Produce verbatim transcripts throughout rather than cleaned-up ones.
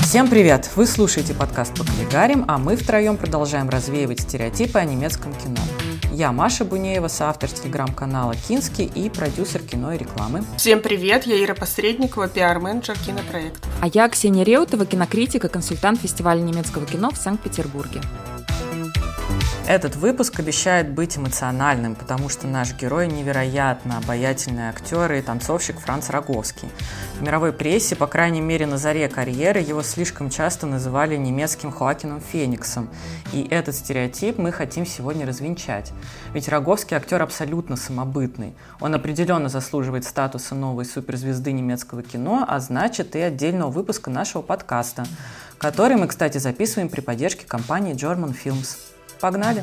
Всем привет! Вы слушаете подкаст «Поколлегарим», а мы втроем продолжаем развеивать стереотипы о немецком кино. Я Маша Бунеева, соавтор телеграм-канала «Кински» и продюсер кино и рекламы. Всем привет! Я Ира Посредникова, пиар-менеджер кинопроектов. А я Ксения Реутова, кинокритик и консультант фестиваля немецкого кино в Санкт-Петербурге. Этот выпуск обещает быть эмоциональным, потому что наш герой невероятно обаятельный актер и танцовщик Франц Роговский. В мировой прессе, по крайней мере на заре карьеры, его слишком часто называли немецким Хоакином Фениксом. И этот стереотип мы хотим сегодня развенчать. Ведь Роговский актер абсолютно самобытный. Он определенно заслуживает статуса новой суперзвезды немецкого кино, а значит и отдельного выпуска нашего подкаста, который мы, кстати, записываем при поддержке компании German Films. Погнали!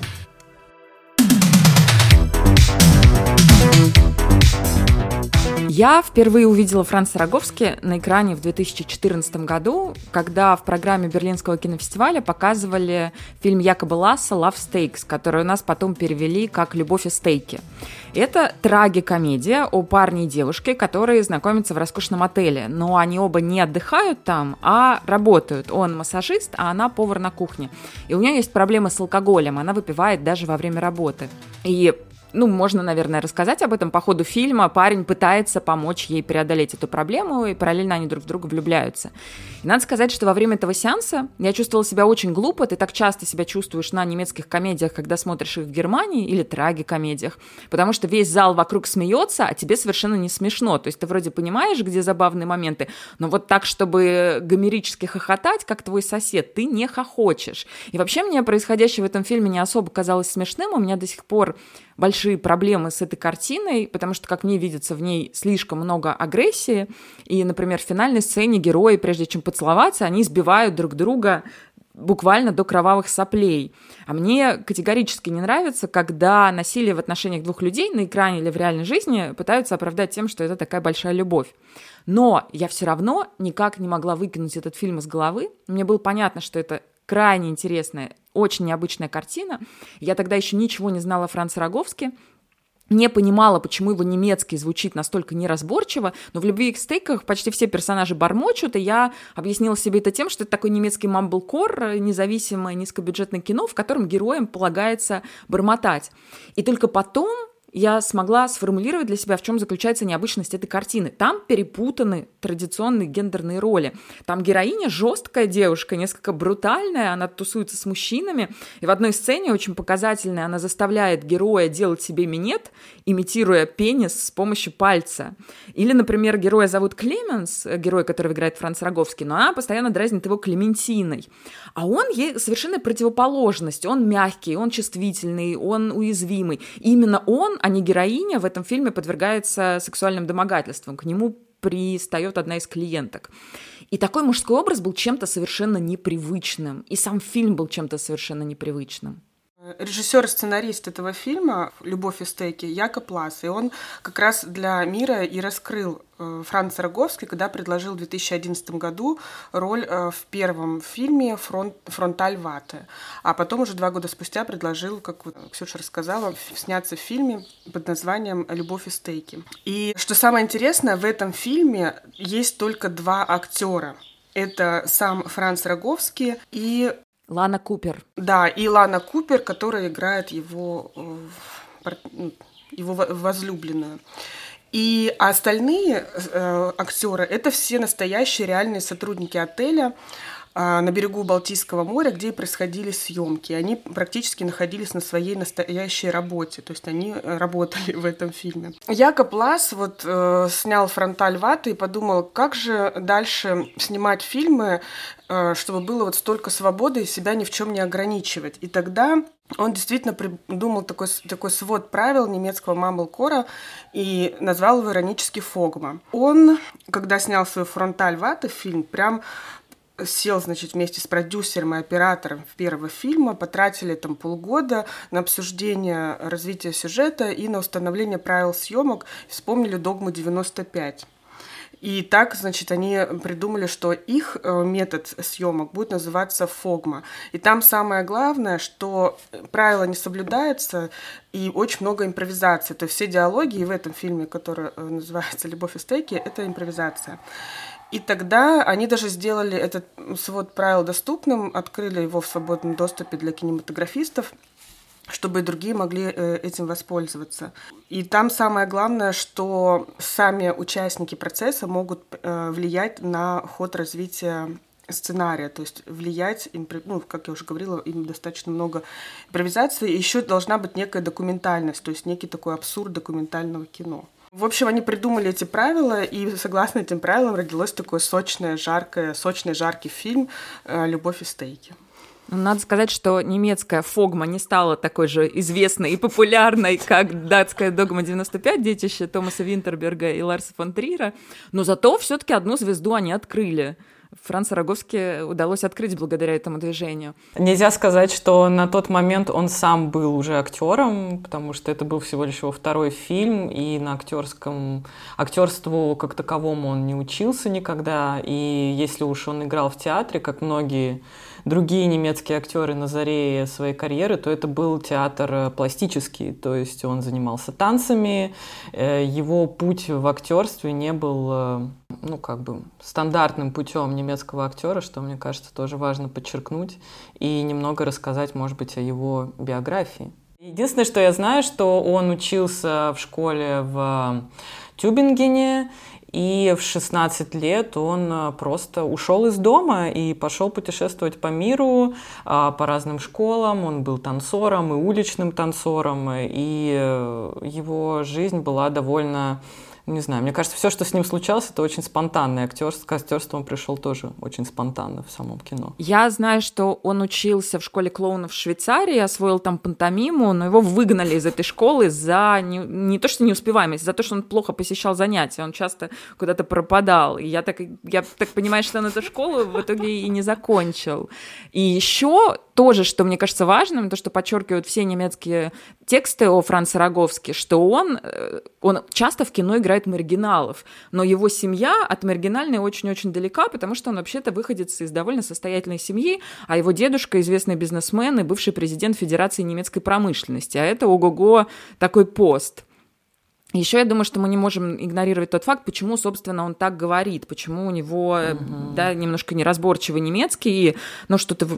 Я впервые увидела Франца Роговски на экране в две тысячи четырнадцатом году, когда в программе Берлинского кинофестиваля показывали фильм Якоба Ласса «Love Steaks», который у нас потом перевели как «Любовь и стейки». Это трагикомедия о парне и девушке, которые знакомятся в роскошном отеле, но они оба не отдыхают там, а работают. Он массажист, а она повар на кухне. И у нее есть проблемы с алкоголем, она выпивает даже во время работы. И Ну, можно, наверное, рассказать об этом по ходу фильма. Парень пытается помочь ей преодолеть эту проблему, и параллельно они друг в друга влюбляются. И надо сказать, что во время этого сеанса я чувствовала себя очень глупо. Ты так часто себя чувствуешь на немецких комедиях, когда смотришь их в Германии, или трагикомедиях, потому что весь зал вокруг смеется, а тебе совершенно не смешно. То есть ты вроде понимаешь, где забавные моменты, но вот так, чтобы гомерически хохотать, как твой сосед, ты не хохочешь. И вообще мне происходящее в этом фильме не особо казалось смешным. У меня до сих пор большие проблемы с этой картиной, потому что, как мне видится, в ней слишком много агрессии. И, например, в финальной сцене герои, прежде чем поцеловаться, они избивают друг друга буквально до кровавых соплей. А мне категорически не нравится, когда насилие в отношениях двух людей на экране или в реальной жизни пытаются оправдать тем, что это такая большая любовь. Но я все равно никак не могла выкинуть этот фильм из головы. Мне было понятно, что это крайне интересная, очень необычная картина. Я тогда еще ничего не знала о Франце Роговске, не понимала, почему его немецкий звучит настолько неразборчиво, но в «Любви и стейках» почти все персонажи бормочут, и я объяснила себе это тем, что это такой немецкий мамблкор, независимое низкобюджетное кино, в котором героям полагается бормотать. И только потом я смогла сформулировать для себя, в чем заключается необычность этой картины. Там перепутаны традиционные гендерные роли. Там героиня жесткая девушка, несколько брутальная, она тусуется с мужчинами. И в одной сцене, очень показательной, она заставляет героя делать себе минет, имитируя пенис с помощью пальца. Или, например, героя зовут Клеменс, герой, которого играет Франц Роговский, но она постоянно дразнит его Клементиной. А он ей совершенно противоположность. Он мягкий, он чувствительный, он уязвимый. И именно он, а не героиня, в этом фильме подвергается сексуальным домогательствам. К нему пристает одна из клиенток. И такой мужской образ был чем-то совершенно непривычным. И сам фильм был чем-то совершенно непривычным. Режиссер и сценарист этого фильма «Любовь и стейки» Якоб Ласс, и он как раз для мира и раскрыл Франца Роговский, когда предложил в две тысячи одиннадцатом году роль в первом фильме «Фронт, «Фронталь Вате», а потом уже два года спустя предложил, как Ксюша рассказала, сняться в фильме под названием «Любовь и стейки». И что самое интересное, в этом фильме есть только два актера. Это сам Франц Роговский и Лана Купер. Да, и Лана Купер, которая играет его, его возлюбленную. И остальные э, актеры — это все настоящие реальные сотрудники отеля э, на берегу Балтийского моря, где и происходили съемки. Они практически находились на своей настоящей работе, то есть они работали в этом фильме. Якоб Ласс вот э, снял «Фронталь Вате» и подумал, как же дальше снимать фильмы, э, чтобы было вот столько свободы и себя ни в чем не ограничивать. И тогда он действительно придумал такой, такой свод правил немецкого мамблкора и назвал его иронически «Фогма». Он, когда снял свой «Фронталь Вате» фильм, прям сел, значит, вместе с продюсером и оператором первого фильма, потратили там полгода на обсуждение развития сюжета и на установление правил съемок, вспомнили «Догму девяносто пять». И так, значит, они придумали, что их метод съемок будет называться «Фогма». И там самое главное, что правила не соблюдаются, и очень много импровизации. То есть все диалоги и в этом фильме, который называется «Любовь и стейки», это импровизация. И тогда они даже сделали этот свод правил доступным, открыли его в свободном доступе для кинематографистов, чтобы и другие могли этим воспользоваться. И там самое главное, что сами участники процесса могут влиять на ход развития сценария, то есть влиять, ну, как я уже говорила, им достаточно много импровизации, и еще должна быть некая документальность, то есть некий такой абсурд документального кино. В общем, они придумали эти правила, и согласно этим правилам родилось такое сочное, жаркое, сочный, жаркий фильм «Любовь и стейки». Надо сказать, что немецкая «Фогма» не стала такой же известной и популярной, как датская «Догма девяносто пять», детище Томаса Винтерберга и Ларса фон Триера, но зато все-таки одну звезду они открыли. Францу Роговски удалось открыть благодаря этому движению. Нельзя сказать, что на тот момент он сам был уже актером, потому что это был всего лишь его второй фильм, и на актерском актерству как таковому он не учился никогда. И если уж он играл в театре, как многие другие немецкие актеры на заре своей карьеры, то это был театр пластический, то есть он занимался танцами, его путь в актерстве не был, ну, как бы стандартным путем немецкого актера, что, мне кажется, тоже важно подчеркнуть и немного рассказать, может быть, о его биографии. Единственное, что я знаю, что он учился в школе в Тюбингене, и в шестнадцать лет он просто ушел из дома и пошел путешествовать по миру, по разным школам. Он был танцором и уличным танцором, и его жизнь была довольно... Не знаю, мне кажется, все, что с ним случалось, это очень спонтанно. И актерство, к актерству он пришел тоже очень спонтанно в самом кино. Я знаю, что он учился в школе клоунов в Швейцарии, освоил там пантомиму, но его выгнали из этой школы за не, не то, что неуспеваемость, за то, что он плохо посещал занятия. Он часто куда-то пропадал. И я так, я так понимаю, что он эту школу в итоге и не закончил. И еще тоже, что мне кажется важным, то, что подчеркивают все немецкие тексты о Франце Роговске, что он, он часто в кино играет маргиналов, но его семья от маргинальной очень-очень далека, потому что он вообще-то выходец из довольно состоятельной семьи, а его дедушка известный бизнесмен и бывший президент Федерации немецкой промышленности, а это ого-го такой пост. Еще я думаю, что мы не можем игнорировать тот факт, почему, собственно, он так говорит, почему у него, uh-huh. да, немножко неразборчивый немецкий, но что-то...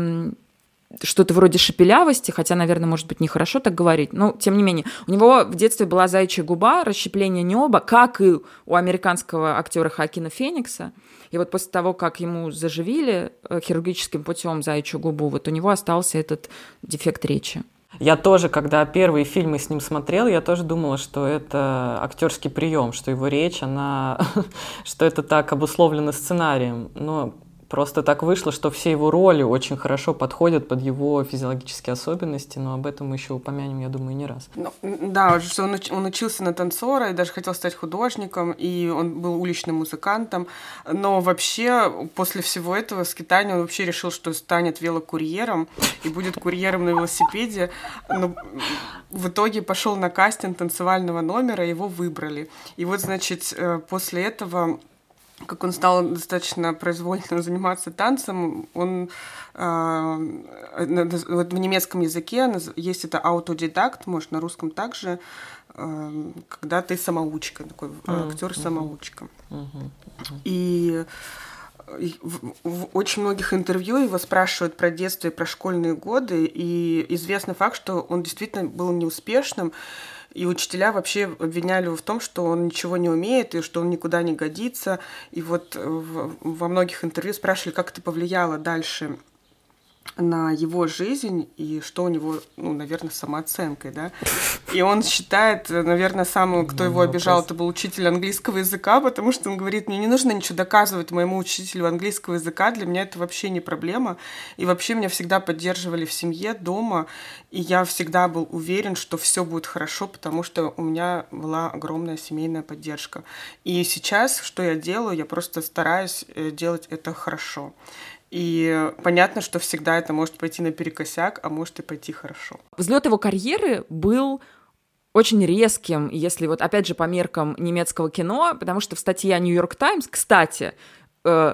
что-то вроде шепелявости, хотя, наверное, может быть, нехорошо так говорить, но, тем не менее, у него в детстве была заячья губа, расщепление неба, как и у американского актера Хоакина Феникса. И вот после того, как ему заживили хирургическим путем заячью губу, вот у него остался этот дефект речи. Я тоже, когда первые фильмы с ним смотрел, я тоже думала, что это актерский прием, что его речь, она, что это так обусловлено сценарием. Но просто так вышло, что все его роли очень хорошо подходят под его физиологические особенности, но об этом мы еще упомянем, я думаю, не раз. Ну, да, что он, уч- он учился на танцора и даже хотел стать художником, и он был уличным музыкантом, но вообще после всего этого скитания он вообще решил, что станет велокурьером и будет курьером на велосипеде, но в итоге пошел на кастинг танцевального номера, его выбрали. И вот, значит, после этого... как он стал достаточно произвольно заниматься танцем, он э, вот в немецком языке есть это аутодидакт, может, на русском также, э, когда ты самоучка, такой mm-hmm. актер-самоучка. Mm-hmm. Mm-hmm. И в, в очень многих интервью его спрашивают про детство и про школьные годы, и известный факт, что он действительно был неуспешным, и учителя вообще обвиняли его в том, что он ничего не умеет и что он никуда не годится. И вот в, во многих интервью спрашивали, как это повлияло дальше на его жизнь и что у него, ну, наверное, с самооценкой, да. И он считает, наверное, самым, кто его обижал, это был учитель английского языка, потому что он говорит, мне не нужно ничего доказывать моему учителю английского языка, для меня это вообще не проблема. И вообще меня всегда поддерживали в семье, дома, и я всегда был уверен, что все будет хорошо, потому что у меня была огромная семейная поддержка. И сейчас, что я делаю, я просто стараюсь делать это хорошо. И понятно, что всегда это может пойти наперекосяк, а может и пойти хорошо. Взлет его карьеры был очень резким, если вот опять же по меркам немецкого кино, потому что в статье New York Times, кстати,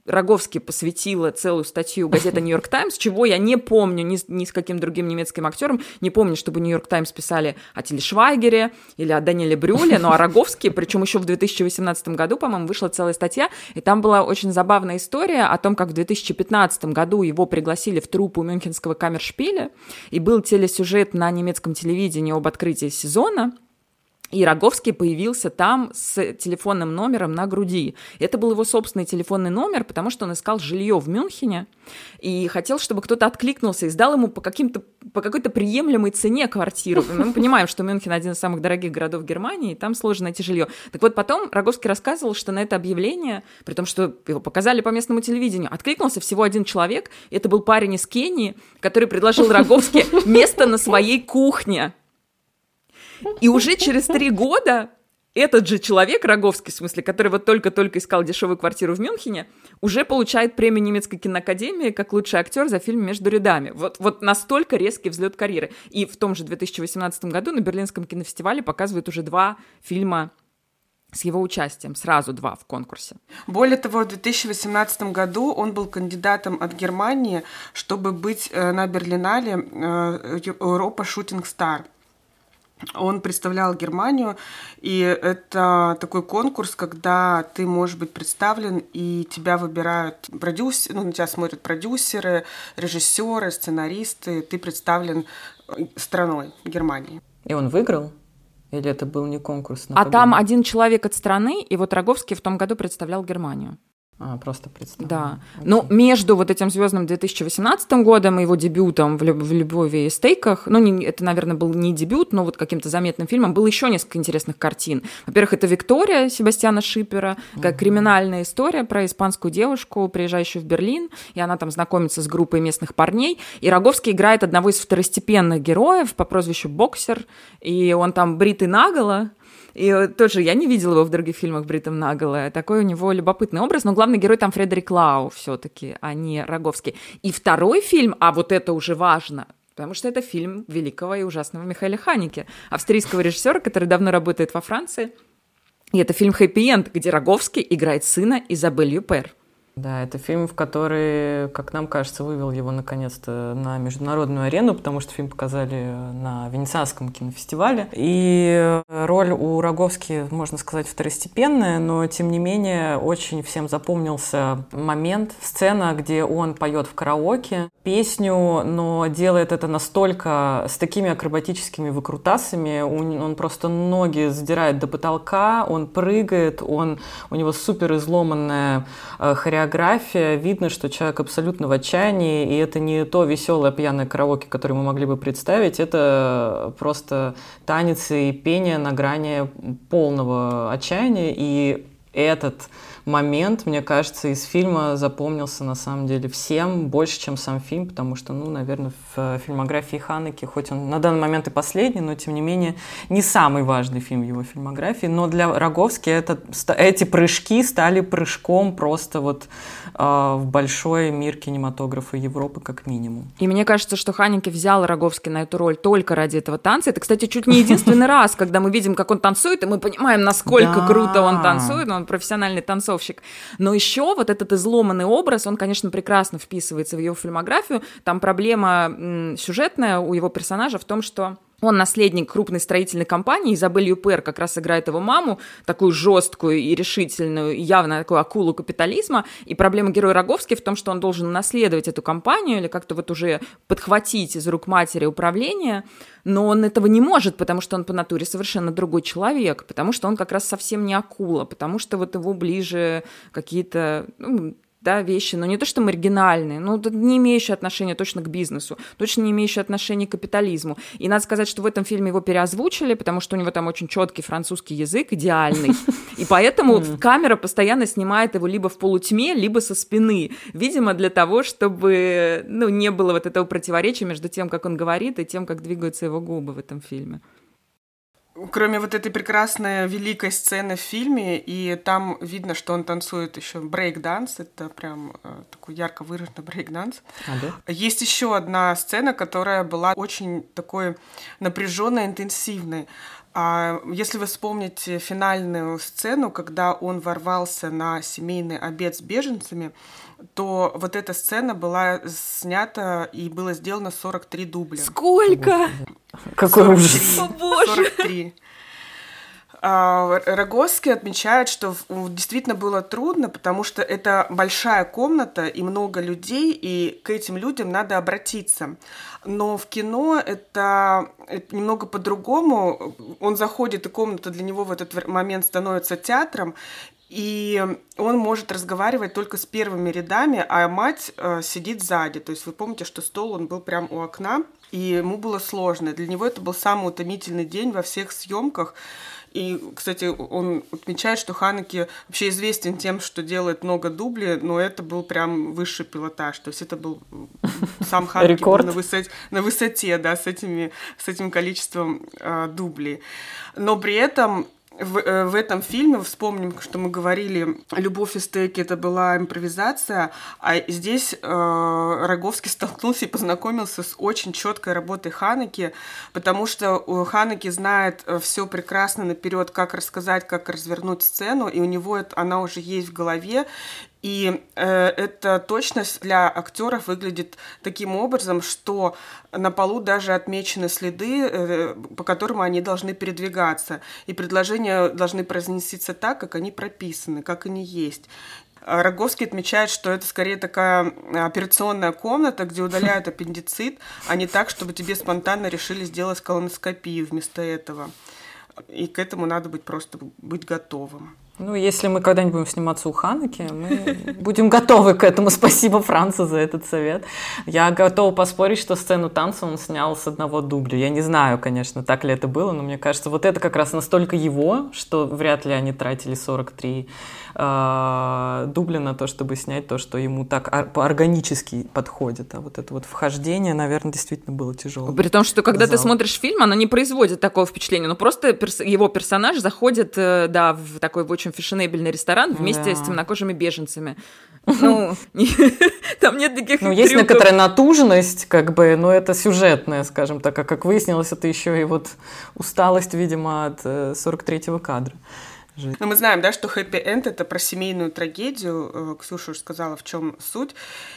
Роговски посвятила целую статью газета «Нью-Йорк Таймс», чего я не помню ни, ни с каким другим немецким актером, не помню, чтобы «Нью-Йорк Таймс» писали о Тиле Швайгере или о Даниэле Брюле, но о Роговски, причем еще в две тысячи восемнадцатом году, по-моему, вышла целая статья, и там была очень забавная история о том, как в две тысячи пятнадцатом году его пригласили в труппу мюнхенского камершпиля, и был телесюжет на немецком телевидении об открытии сезона, и Роговский появился там с телефонным номером на груди. Это был его собственный телефонный номер, потому что он искал жилье в Мюнхене и хотел, чтобы кто-то откликнулся и сдал ему по, каким-то, по какой-то приемлемой цене квартиру. Мы понимаем, что Мюнхен один из самых дорогих городов Германии, и там сложно найти жилье. Так вот, потом Роговский рассказывал, что на это объявление, при том, что его показали по местному телевидению, откликнулся всего один человек. И это был парень из Кении, который предложил Роговски место на своей кухне. И уже через три года этот же человек, Роговский, в смысле, который вот только-только искал дешевую квартиру в Мюнхене, уже получает премию немецкой киноакадемии как лучший актер за фильм «Между рядами». Вот, вот настолько резкий взлет карьеры. И в том же две тысячи восемнадцатом году на Берлинском кинофестивале показывают уже два фильма с его участием, сразу два в конкурсе. Более того, в две тысячи восемнадцатом году он был кандидатом от Германии, чтобы быть на Берлинале Europa Shooting Star. Он представлял Германию, и это такой конкурс, когда ты можешь быть представлен, и тебя выбирают продюсеры, ну, на тебя смотрят продюсеры, режиссеры, сценаристы, ты представлен страной Германии. И он выиграл? Или это был не конкурс? А там один человек от страны, и вот Роговский в том году представлял Германию. А, просто представлял. Да. Окей. Но между вот этим звездным две тысячи восемнадцатым годом и его дебютом в, люб- в «Любови и стейках», ну, не, это, наверное, был не дебют, но вот каким-то заметным фильмом, было еще несколько интересных картин. Во-первых, это «Виктория» Себастьяна Шипера, такая mm-hmm. криминальная история про испанскую девушку, приезжающую в Берлин, и она там знакомится с группой местных парней, и Роговский играет одного из второстепенных героев по прозвищу Боксер, и он там бритый наголо. И тоже я не видела его в других фильмах бритым наголо. Такой у него любопытный образ, но главный герой там Фредерик Лау все-таки, а не Роговский. И второй фильм, а вот это уже важно, потому что это фильм великого и ужасного Михаэля Ханеке, австрийского режиссера, который давно работает во Франции. И это фильм «Хэппи Энд», где Роговский играет сына Изабель Юпер. Да, это фильм, в который, как нам кажется, вывел его наконец-то на международную арену, потому что фильм показали на Венецианском кинофестивале. И роль у Роговски, можно сказать, второстепенная, но, тем не менее, очень всем запомнился момент, сцена, где он поет в караоке песню, но делает это настолько с такими акробатическими выкрутасами, он просто ноги задирает до потолка, он прыгает, он, у него супер изломанная хореография, видно, что человек абсолютно в отчаянии, и это не то веселое пьяное караоке, которое мы могли бы представить, это просто танец и пение на грани полного отчаяния, и этот момент, мне кажется, из фильма запомнился на самом деле всем больше, чем сам фильм, потому что, ну, наверное, в фильмографии Ханеке, хоть он на данный момент и последний, но, тем не менее, не самый важный фильм в его фильмографии, но для Роговски это, эти прыжки стали прыжком просто вот э, в большой мир кинематографа Европы, как минимум. И мне кажется, что Ханеке взял Роговски на эту роль только ради этого танца. Это, кстати, чуть не единственный раз, когда мы видим, как он танцует, и мы понимаем, насколько круто он танцует, он профессиональный танцовщик. Но еще вот этот изломанный образ, он, конечно, прекрасно вписывается в его фильмографию. Там проблема м, сюжетная у его персонажа в том, что он наследник крупной строительной компании, Изабель Юпер как раз играет его маму, такую жесткую и решительную, явно такую акулу капитализма. И проблема героя Роговски в том, что он должен наследовать эту компанию или как-то вот уже подхватить из рук матери управление, но он этого не может, потому что он по натуре совершенно другой человек, потому что он как раз совсем не акула, потому что вот его ближе какие-то... Ну, да, вещи, но не то, что маргинальные, но не имеющие отношения точно к бизнесу, точно не имеющие отношения к капитализму. И надо сказать, что в этом фильме его переозвучили, потому что у него там очень четкий французский язык, идеальный, и поэтому камера постоянно снимает его либо в полутьме, либо со спины, видимо, для того, чтобы, ну, не было вот этого противоречия между тем, как он говорит, и тем, как двигаются его губы в этом фильме. Кроме вот этой прекрасной великой сцены в фильме, и там видно, что он танцует еще брейк-данс, это прям э, такой ярко выраженный брейк-данс. А, да? Есть еще одна сцена, которая была очень такой напряженной, интенсивной. А если вы вспомните финальную сцену, когда он ворвался на семейный обед с беженцами, то вот эта сцена была снята и было сделано сорок три дубля. Сколько? Какой ужас! О, боже! сорок три. Рогозский отмечает, что действительно было трудно, потому что это большая комната и много людей, и к этим людям надо обратиться. Но в кино это немного по-другому. Он заходит, и комната для него в этот момент становится театром, и он может разговаривать только с первыми рядами, а мать э, сидит сзади. То есть вы помните, что стол, он был прямо у окна, и ему было сложно. Для него это был самый утомительный день во всех съемках. И, кстати, он отмечает, что Ханеке вообще известен тем, что делает много дублей, но это был прям высший пилотаж. То есть это был сам Ханеке был на высоте, на высоте, да, с, этими, с этим количеством э, дублей. Но при этом в, э, в этом фильме, вспомним, что мы говорили, «Любовь и стейки» — это была импровизация, а здесь э, Роговский столкнулся и познакомился с очень четкой работой Ханеке, потому что Ханеке знает все прекрасно наперед, как рассказать, как развернуть сцену, и у него это, она уже есть в голове. И э, эта точность для актеров выглядит таким образом, что на полу даже отмечены следы, э, по которым они должны передвигаться. И предложения должны произноситься так, как они прописаны, как они есть. Роговский отмечает, что это скорее такая операционная комната, где удаляют аппендицит, а не так, чтобы тебе спонтанно решили сделать колоноскопию вместо этого. И к этому надо быть просто быть готовым. Ну, если мы когда-нибудь будем сниматься у Ханеке, мы будем готовы к этому. Спасибо Францу за этот совет. Я готова поспорить, что сцену танца он снял с одного дубля. Я не знаю, конечно, так ли это было, но мне кажется, вот это как раз настолько его, что вряд ли они тратили сорок три э, дубля на то, чтобы снять то, что ему так органически подходит. А вот это вот вхождение, наверное, действительно было тяжело. При том, что когда ты смотришь фильм, оно не производит такого впечатления. Ну, просто перс- его персонаж заходит, да, в такой очень фешенебельный ресторан вместе да. с темнокожими беженцами. Ну, там нет никаких Ну, есть некоторая натуженность, как бы, но это сюжетная, скажем так. А как выяснилось, это еще и вот усталость, видимо, от сорок третьего кадра. Ну, мы знаем, да, что хэппи-энд — это про семейную трагедию. Ксюша уже сказала, в чем суть.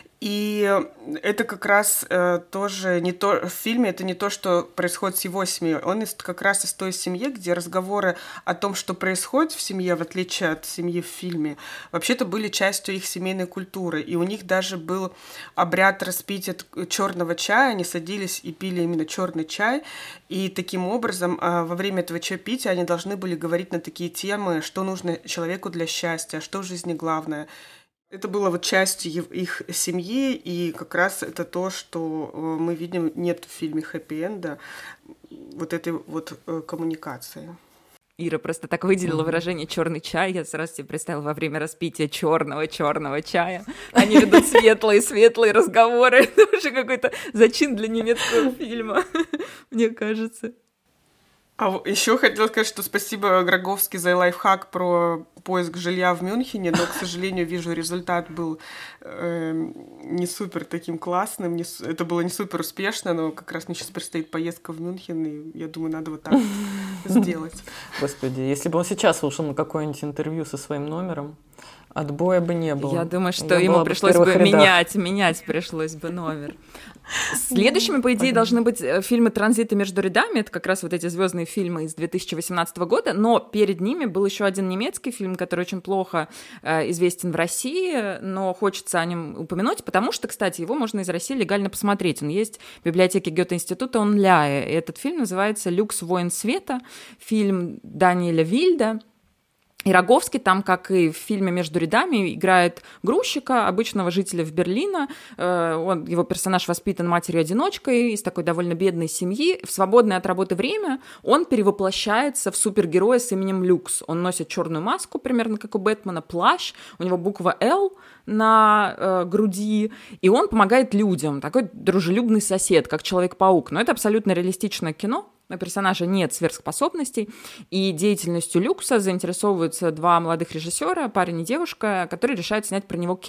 И это как раз э, тоже не то, в фильме это не то, что происходит с его семьей. Он из, как раз из той семьи, где разговоры о том, что происходит в семье, в отличие от семьи в фильме, вообще-то были частью их семейной культуры. И у них даже был обряд распития черного чая. Они садились и пили именно черный чай. И таким образом э, во время этого чаепития они должны были говорить на такие темы, что нужно человеку для счастья, что в жизни главное. Это было вот частью их семьи, и как раз это то, что мы видим, нет в фильме хэппи-энда, вот этой вот коммуникации. Ира просто так выделила mm-hmm. выражение «черный чай». Я сразу себе представила во время распития черного-черного чая. Они ведут светлые-светлые разговоры. Это уже какой-то зачин для немецкого фильма, мне кажется. А еще хотела сказать, что спасибо Роговский за лайфхак про поиск жилья в Мюнхене, но, к сожалению, вижу, результат был э, не супер таким классным, не, это было не супер успешно, но как раз мне сейчас предстоит поездка в Мюнхен, и я думаю, надо вот так сделать. Господи, если бы он сейчас вышел на какое-нибудь интервью со своим номером, отбоя бы не было. Я думаю, что я ему пришлось бы рядах. менять, менять пришлось бы номер. Следующими, по идее, должны быть фильмы «Транзиты между рядами». Это как раз вот эти звездные фильмы из две тысячи восемнадцатого года. Но перед ними был еще один немецкий фильм, который очень плохо э, известен в России, но хочется о нем упомянуть, потому что, кстати, его можно из России легально посмотреть. Он есть в библиотеке Гёте-института онлайн. И этот фильм называется «Люкс. Воин света». Фильм Даниэля Вильда. И Роговский там, как и в фильме «Между рядами», играет грузчика, обычного жителя в Берлине. Он, его персонаж воспитан матерью-одиночкой из такой довольно бедной семьи. В свободное от работы время он перевоплощается в супергероя с именем Люкс. Он носит черную маску, примерно как у Бэтмена, плащ, у него буква «Л» на э, груди, и он помогает людям. Такой дружелюбный сосед, как Человек-паук. Но это абсолютно реалистичное кино. У персонажа нет сверхспособностей, и деятельностью Люкса заинтересовываются два молодых режиссера, парень и девушка, которые решают снять про него кино.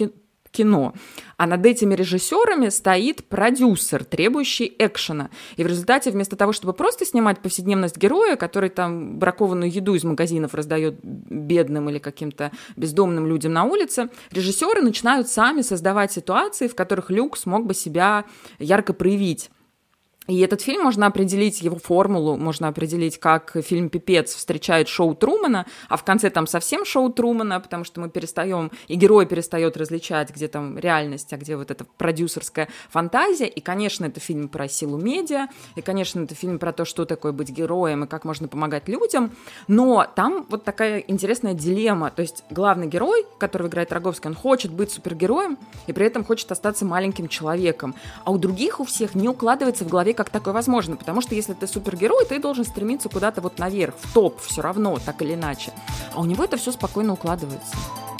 кино. А над этими режиссерами стоит продюсер, требующий экшена. И в результате вместо того, чтобы просто снимать повседневность героя, который там бракованную еду из магазинов раздает бедным или каким-то бездомным людям на улице, режиссеры начинают сами создавать ситуации, в которых Люк смог бы себя ярко проявить. И этот фильм можно определить, его формулу можно определить, как фильм «Пипец» встречает шоу Трумана, а в конце там совсем шоу Трумана, потому что мы перестаем, и герой перестает различать, где там реальность, а где вот эта продюсерская фантазия. И, конечно, это фильм про силу медиа, и, конечно, это фильм про то, что такое быть героем и как можно помогать людям. Но там вот такая интересная дилемма. То есть главный герой, которого играет Роговский, он хочет быть супергероем и при этом хочет остаться маленьким человеком. А у других, у всех не укладывается в голове, как такое возможно, потому что если ты супергерой, ты должен стремиться куда-то вот наверх, в топ, все равно, так или иначе. А у него это все спокойно укладывается.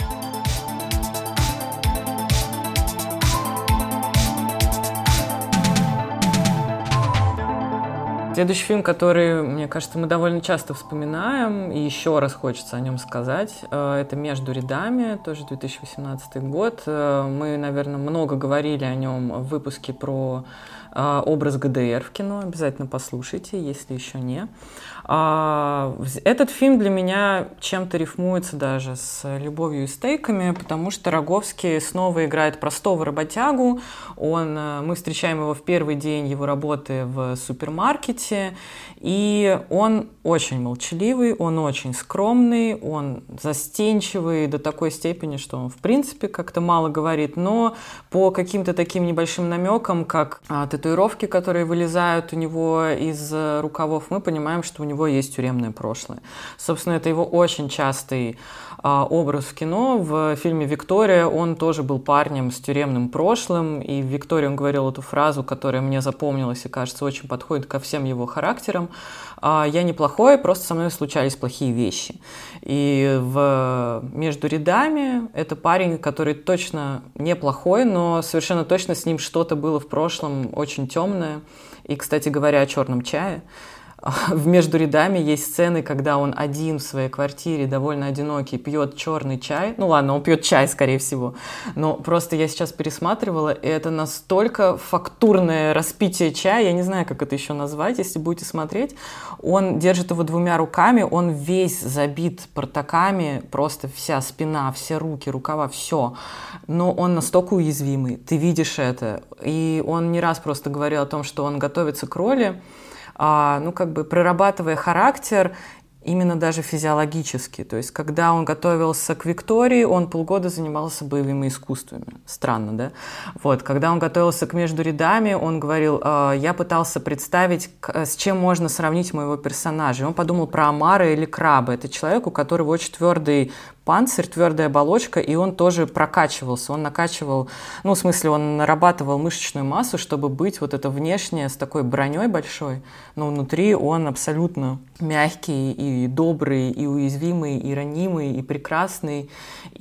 Следующий фильм, который, мне кажется, мы довольно часто вспоминаем, и еще раз хочется о нем сказать, это «Между рядами», тоже две тысячи восемнадцатый год. Мы, наверное, много говорили о нем в выпуске про образ ГДР в кино. Обязательно послушайте, если еще не. Этот фильм для меня чем-то рифмуется даже с «Любовью и стейками», потому что Роговский снова играет простого работягу. Он, мы встречаем его в первый день его работы в супермаркете, и он очень молчаливый, он очень скромный, он застенчивый до такой степени, что он в принципе как-то мало говорит, но по каким-то таким небольшим намекам, как а, татуировки, которые вылезают у него из рукавов, мы понимаем, что у него есть тюремное прошлое. Собственно, это его очень частый а, образ в кино. В фильме «Виктория» он тоже был парнем с тюремным прошлым, и в «Виктории» он говорил эту фразу, которая мне запомнилась и, кажется, очень подходит ко всем его характерам. А, «Я неплохой, просто со мной случались плохие вещи». И в «Между рядами» это парень, который точно неплохой, но совершенно точно с ним что-то было в прошлом очень темное. И, кстати говоря, о черном чае. В «Между рядами» есть сцены, когда он один в своей квартире, довольно одинокий, пьет черный чай. Ну ладно, он пьет чай, скорее всего. Но просто я сейчас пересматривала, и это настолько фактурное распитие чая, я не знаю, как это еще назвать, если будете смотреть. Он держит его двумя руками, он весь забит портаками, просто вся спина, все руки, рукава, все. Но он настолько уязвимый, ты видишь это. И он не раз просто говорил о том, что он готовится к роли, А, ну, как бы прорабатывая характер именно даже физиологически. То есть, когда он готовился к «Виктории», он полгода занимался боевыми искусствами. Странно, да? Вот. Когда он готовился к «Между рядами», он говорил, я пытался представить, с чем можно сравнить моего персонажа. И он подумал про омара или краба. Это человек, у которого очень твердый панцирь, твердая оболочка, и он тоже прокачивался, он накачивал, ну, в смысле, он нарабатывал мышечную массу, чтобы быть вот это внешнее с такой броней большой, но внутри он абсолютно мягкий и добрый, и уязвимый, и ранимый, и прекрасный.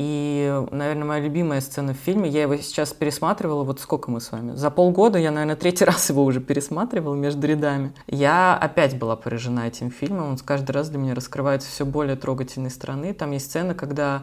И, наверное, моя любимая сцена в фильме, я его сейчас пересматривала, вот сколько мы с вами? За полгода я, наверное, третий раз его уже пересматривала «Между рядами». Я опять была поражена этим фильмом, он каждый раз для меня раскрывается все более трогательной стороны. Там есть сцена, когда когда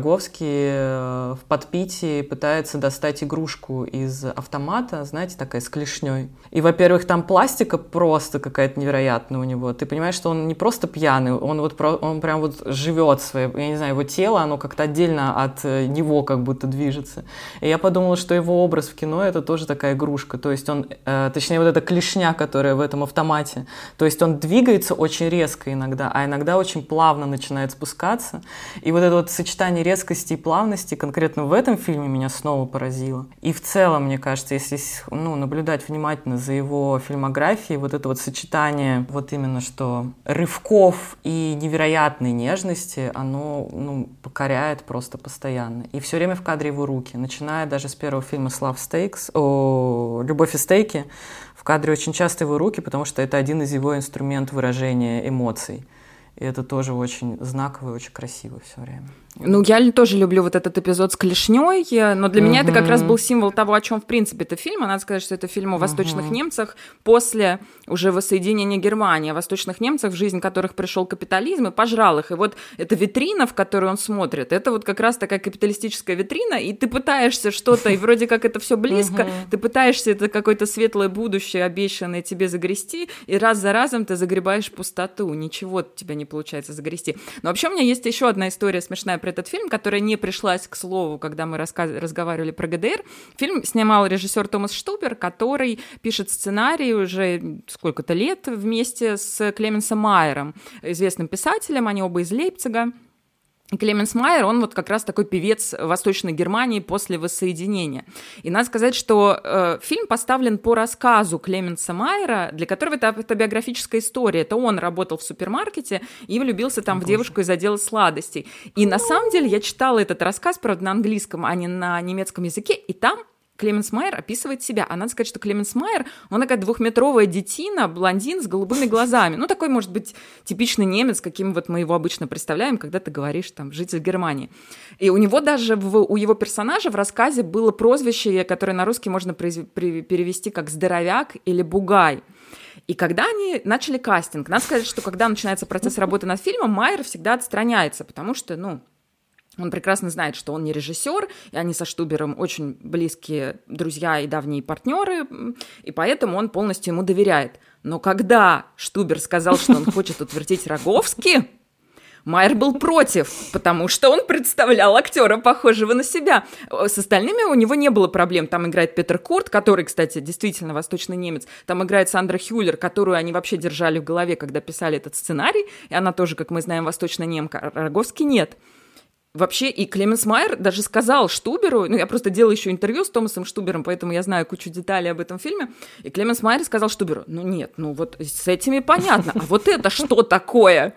Роговский в подпитии пытается достать игрушку из автомата, знаете, такая с клешней. И, во-первых, там пластика просто какая-то невероятная у него. Ты понимаешь, что он не просто пьяный, он вот он прям вот живет своим, я не знаю, его тело, оно как-то отдельно от него как будто движется. И я подумала, что его образ в кино — это тоже такая игрушка. То есть он, э, точнее, вот эта клешня, которая в этом автомате. То есть он двигается очень резко иногда, а иногда очень плавно начинает спускаться. И вот это вот сочетание резкости и плавности конкретно в этом фильме меня снова поразило. И в целом, мне кажется, если ну, наблюдать внимательно за его фильмографией, вот это вот сочетание вот именно что рывков и невероятной нежности, оно ну, покоряет просто постоянно. И все время в кадре его руки, начиная даже с первого фильма «Love Stakes», о, «Любовь и стейки», в кадре очень часто его руки, потому что это один из его инструментов выражения эмоций. И это тоже очень знаково и очень красиво все время. Ну, я тоже люблю вот этот эпизод с клешней, но для uh-huh. меня это как раз был символ того, о чем в принципе это фильм. Надо сказать, что это фильм о восточных uh-huh. немцах после уже воссоединения Германии, о восточных немцах, в жизнь которых пришел капитализм и пожрал их. И вот эта витрина, в которую он смотрит, это вот как раз такая капиталистическая витрина, и ты пытаешься что-то, и вроде как это все близко, uh-huh. ты пытаешься это какое-то светлое будущее, обещанное тебе загрести, и раз за разом ты загребаешь пустоту, ничего у тебя не получается загрести. Но вообще у меня есть еще одна история смешная про этот фильм, которая не пришлась к слову, когда мы рассказ... разговаривали про ГДР. Фильм снимал режиссер Томас Штубер, который пишет сценарий уже сколько-то лет вместе с Клеменсом Майером, известным писателем, они оба из Лейпцига. Клеменс Майер, он вот как раз такой певец Восточной Германии после воссоединения. И надо сказать, что э, фильм поставлен по рассказу Клеменса Майера, для которого это автобиографическая история. Это он работал в супермаркете и влюбился там Боже. в девушку из отдела сладостей. И на самом деле я читала этот рассказ, правда, на английском, а не на немецком языке, и там Клеменс Майер описывает себя. А надо сказать, что Клеменс Майер, он такая двухметровая детина, блондин с голубыми глазами. Ну, такой, может быть, типичный немец, каким вот мы его обычно представляем, когда ты говоришь, там, житель Германии. И у него даже, в, у его персонажа в рассказе было прозвище, которое на русский можно произ, при, перевести как «здоровяк» или «бугай». И когда они начали кастинг, надо сказать, что когда начинается процесс работы над фильмом, Майер всегда отстраняется, потому что, ну, он прекрасно знает, что он не режиссер, и они со Штубером очень близкие друзья и давние партнеры, и поэтому он полностью ему доверяет. Но когда Штубер сказал, что он хочет утвердить Роговски, Майер был против, потому что он представлял актера, похожего на себя. С остальными у него не было проблем. Там играет Петер Курт, который, кстати, действительно восточный немец. Там играет Сандра Хюллер, которую они вообще держали в голове, когда писали этот сценарий. И она тоже, как мы знаем, восточная немка. Роговски нет. Вообще, и Клеменс Майер даже сказал Штуберу, ну, я просто делала еще интервью с Томасом Штубером, поэтому я знаю кучу деталей об этом фильме, и Клеменс Майер сказал Штуберу, ну нет, ну вот с этими понятно, а вот это что такое?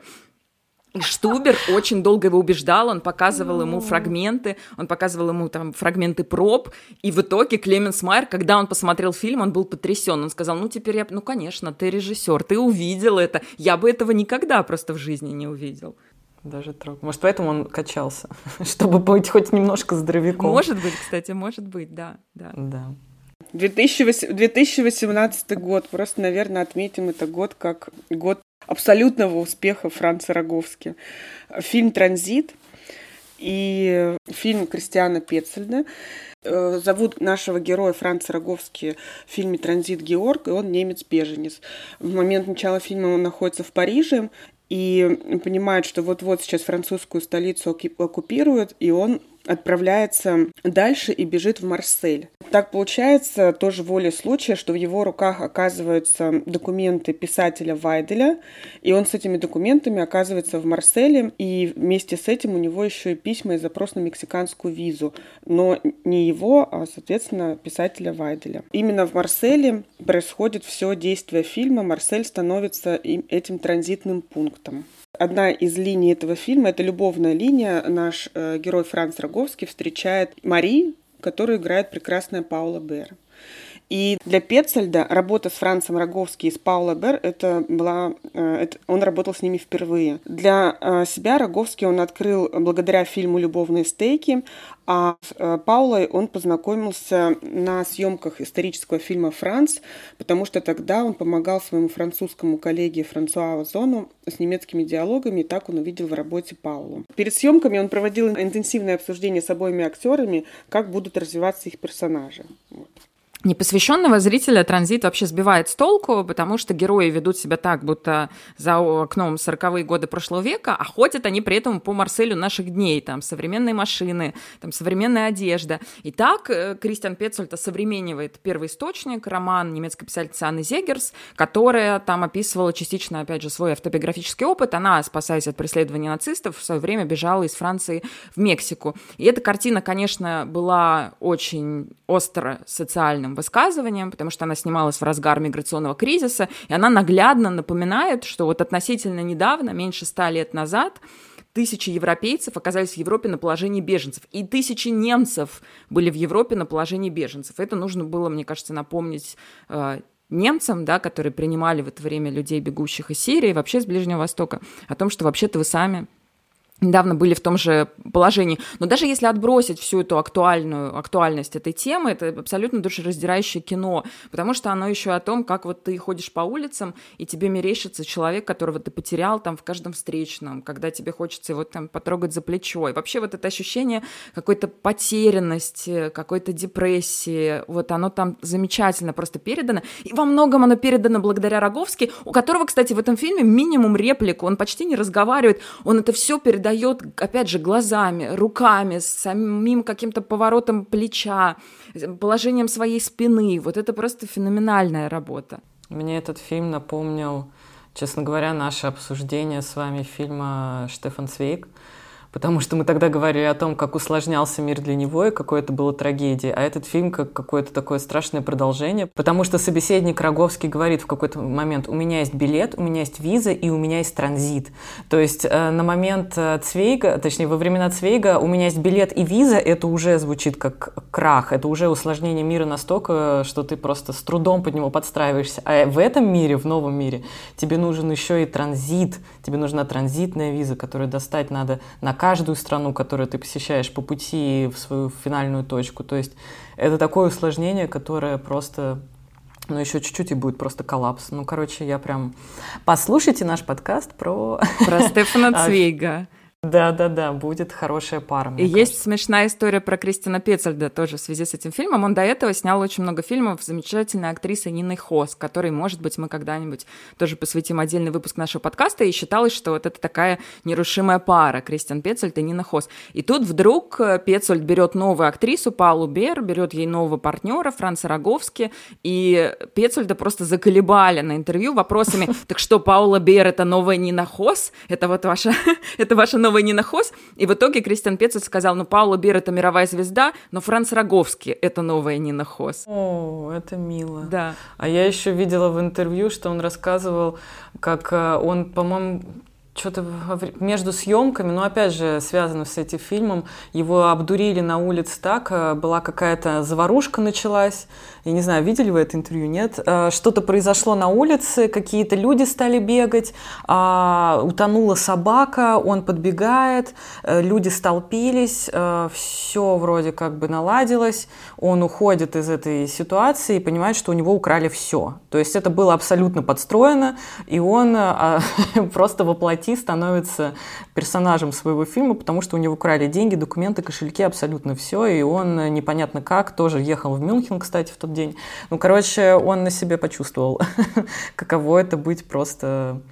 И Штубер очень долго его убеждал, он показывал ему фрагменты, он показывал ему там фрагменты проб, и в итоге Клеменс Майер, когда он посмотрел фильм, он был потрясен, он сказал, ну теперь я, ну конечно, ты режиссер, ты увидел это, я бы этого никогда просто в жизни не увидел. Даже трогательно. Может, поэтому он качался, чтобы быть хоть немножко здоровяком. Может быть, кстати, может быть, да. да. да. две тысячи восемнадцатый год. Просто, наверное, отметим это год как год абсолютного успеха Франца Роговски. Фильм «Транзит» и фильм Кристиана Петцельда. Зовут нашего героя Франца Роговски в фильме «Транзит» Георг, и он немец-беженец. В момент начала фильма он находится в Париже, и понимает, что вот-вот сейчас французскую столицу оккупируют, и он отправляется дальше и бежит в Марсель. Так получается, тоже волей случая, что в его руках оказываются документы писателя Вайделя, и он с этими документами оказывается в Марселе, и вместе с этим у него еще и письма и запрос на мексиканскую визу, но не его, а, соответственно, писателя Вайделя. Именно в Марселе происходит все действие фильма, Марсель становится этим транзитным пунктом. Одна из линий этого фильма, это любовная линия. Наш э, герой Франц Роговски встречает Мари, которую играет прекрасная Паула Бер. И для Петцельда работа с Францем Роговски и с Паулой Бер, это была, это, он работал с ними впервые. Для себя Роговски он открыл благодаря фильму «Любовные стейки», а с Паулой он познакомился на съемках исторического фильма «Франц», потому что тогда он помогал своему французскому коллеге Франсуа Озону с немецкими диалогами, и так он увидел в работе Паулу. Перед съемками он проводил интенсивное обсуждение с обоими актерами, как будут развиваться их персонажи. Вот. Непосвященного зрителя «Транзит» вообще сбивает с толку, потому что герои ведут себя так, будто за окном сороковые годы прошлого века, а ходят они при этом по Марселю наших дней. Там современные машины, там современная одежда. И так Кристиан Петцельд осовременивает первоисточник, роман немецкой писательницы Анны Зегерс, которая там описывала частично, опять же, свой автобиографический опыт. Она, спасаясь от преследования нацистов, в свое время бежала из Франции в Мексику. И эта картина, конечно, была очень остро социальным высказыванием, потому что она снималась в разгар миграционного кризиса, и она наглядно напоминает, что вот относительно недавно, меньше ста лет назад, тысячи европейцев оказались в Европе на положении беженцев, и тысячи немцев были в Европе на положении беженцев. Это нужно было, мне кажется, напомнить э, немцам, да, которые принимали в это время людей, бегущих из Сирии, вообще с Ближнего Востока, о том, что вообще-то вы сами недавно были в том же положении. Но даже если отбросить всю эту актуальную, актуальность этой темы, это абсолютно душераздирающее кино, потому что оно еще о том, как вот ты ходишь по улицам, и тебе мерещится человек, которого ты потерял там в каждом встречном, когда тебе хочется его там потрогать за плечо. И вообще вот это ощущение какой-то потерянности, какой-то депрессии, вот оно там замечательно просто передано. И во многом оно передано благодаря Роговски, у которого, кстати, в этом фильме минимум реплик, он почти не разговаривает, он это все передает дает, опять же, глазами, руками, самим каким-то поворотом плеча, положением своей спины. Вот это просто феноменальная работа. Мне этот фильм напомнил, честно говоря, наше обсуждение с вами фильма «Штефан Цвейг», потому что мы тогда говорили о том, как усложнялся мир для него и какой это было трагедией, а этот фильм как какое-то такое страшное продолжение, потому что собеседник Роговский говорит в какой-то момент: у меня есть билет, у меня есть виза и у меня есть транзит. То есть э, на момент Цвейга, точнее во времена Цвейга у меня есть билет и виза, это уже звучит как крах, это уже усложнение мира настолько, что ты просто с трудом под него подстраиваешься. А в этом мире, в новом мире, тебе нужен еще и транзит, тебе нужна транзитная виза, которую достать надо на каждую страну, которую ты посещаешь по пути в свою финальную точку. То есть это такое усложнение, которое просто... Ну, еще чуть-чуть и будет просто коллапс. Ну, короче, я прям... Послушайте наш подкаст про... Про Стефана Цвейга. Да-да-да, будет хорошая пара. И есть смешная история про Кристиана Петцельда тоже в связи с этим фильмом. Он до этого снял очень много фильмов с замечательной актрисой Ниной Хос, которой, может быть, мы когда-нибудь тоже посвятим отдельный выпуск нашего подкаста. И считалось, что вот это такая нерушимая пара — Кристиан Петцельд и Нина Хос. И тут вдруг Петцельд берет новую актрису Паулу Бер, берет ей нового партнера Франца Роговски, и Петцельда просто заколебали на интервью вопросами: так что, Паула Бер — это новая Нина Хос? Это вот ваша, это ваша новая Нина Хос? И в итоге Кристиан Петцельд сказал: ну, Паула Бер — это мировая звезда, но Франц Роговски — это новая Нина Хос. О, это мило. Да. А я еще видела в интервью, что он рассказывал, как он, по-моему, что-то между съемками, но опять же связано с этим фильмом, его обдурили на улице так, была какая-то заварушка началась, я не знаю, видели вы это интервью, нет? Что-то произошло на улице, какие-то люди стали бегать, утонула собака, он подбегает, люди столпились, все вроде как бы наладилось, он уходит из этой ситуации и понимает, что у него украли все. То есть это было абсолютно подстроено, и он просто воплотил становится персонажем своего фильма, потому что у него украли деньги, документы, кошельки, абсолютно все, и он непонятно как тоже ехал в Мюнхен, кстати, в тот день. Ну, короче, он на себе почувствовал, каково это быть просто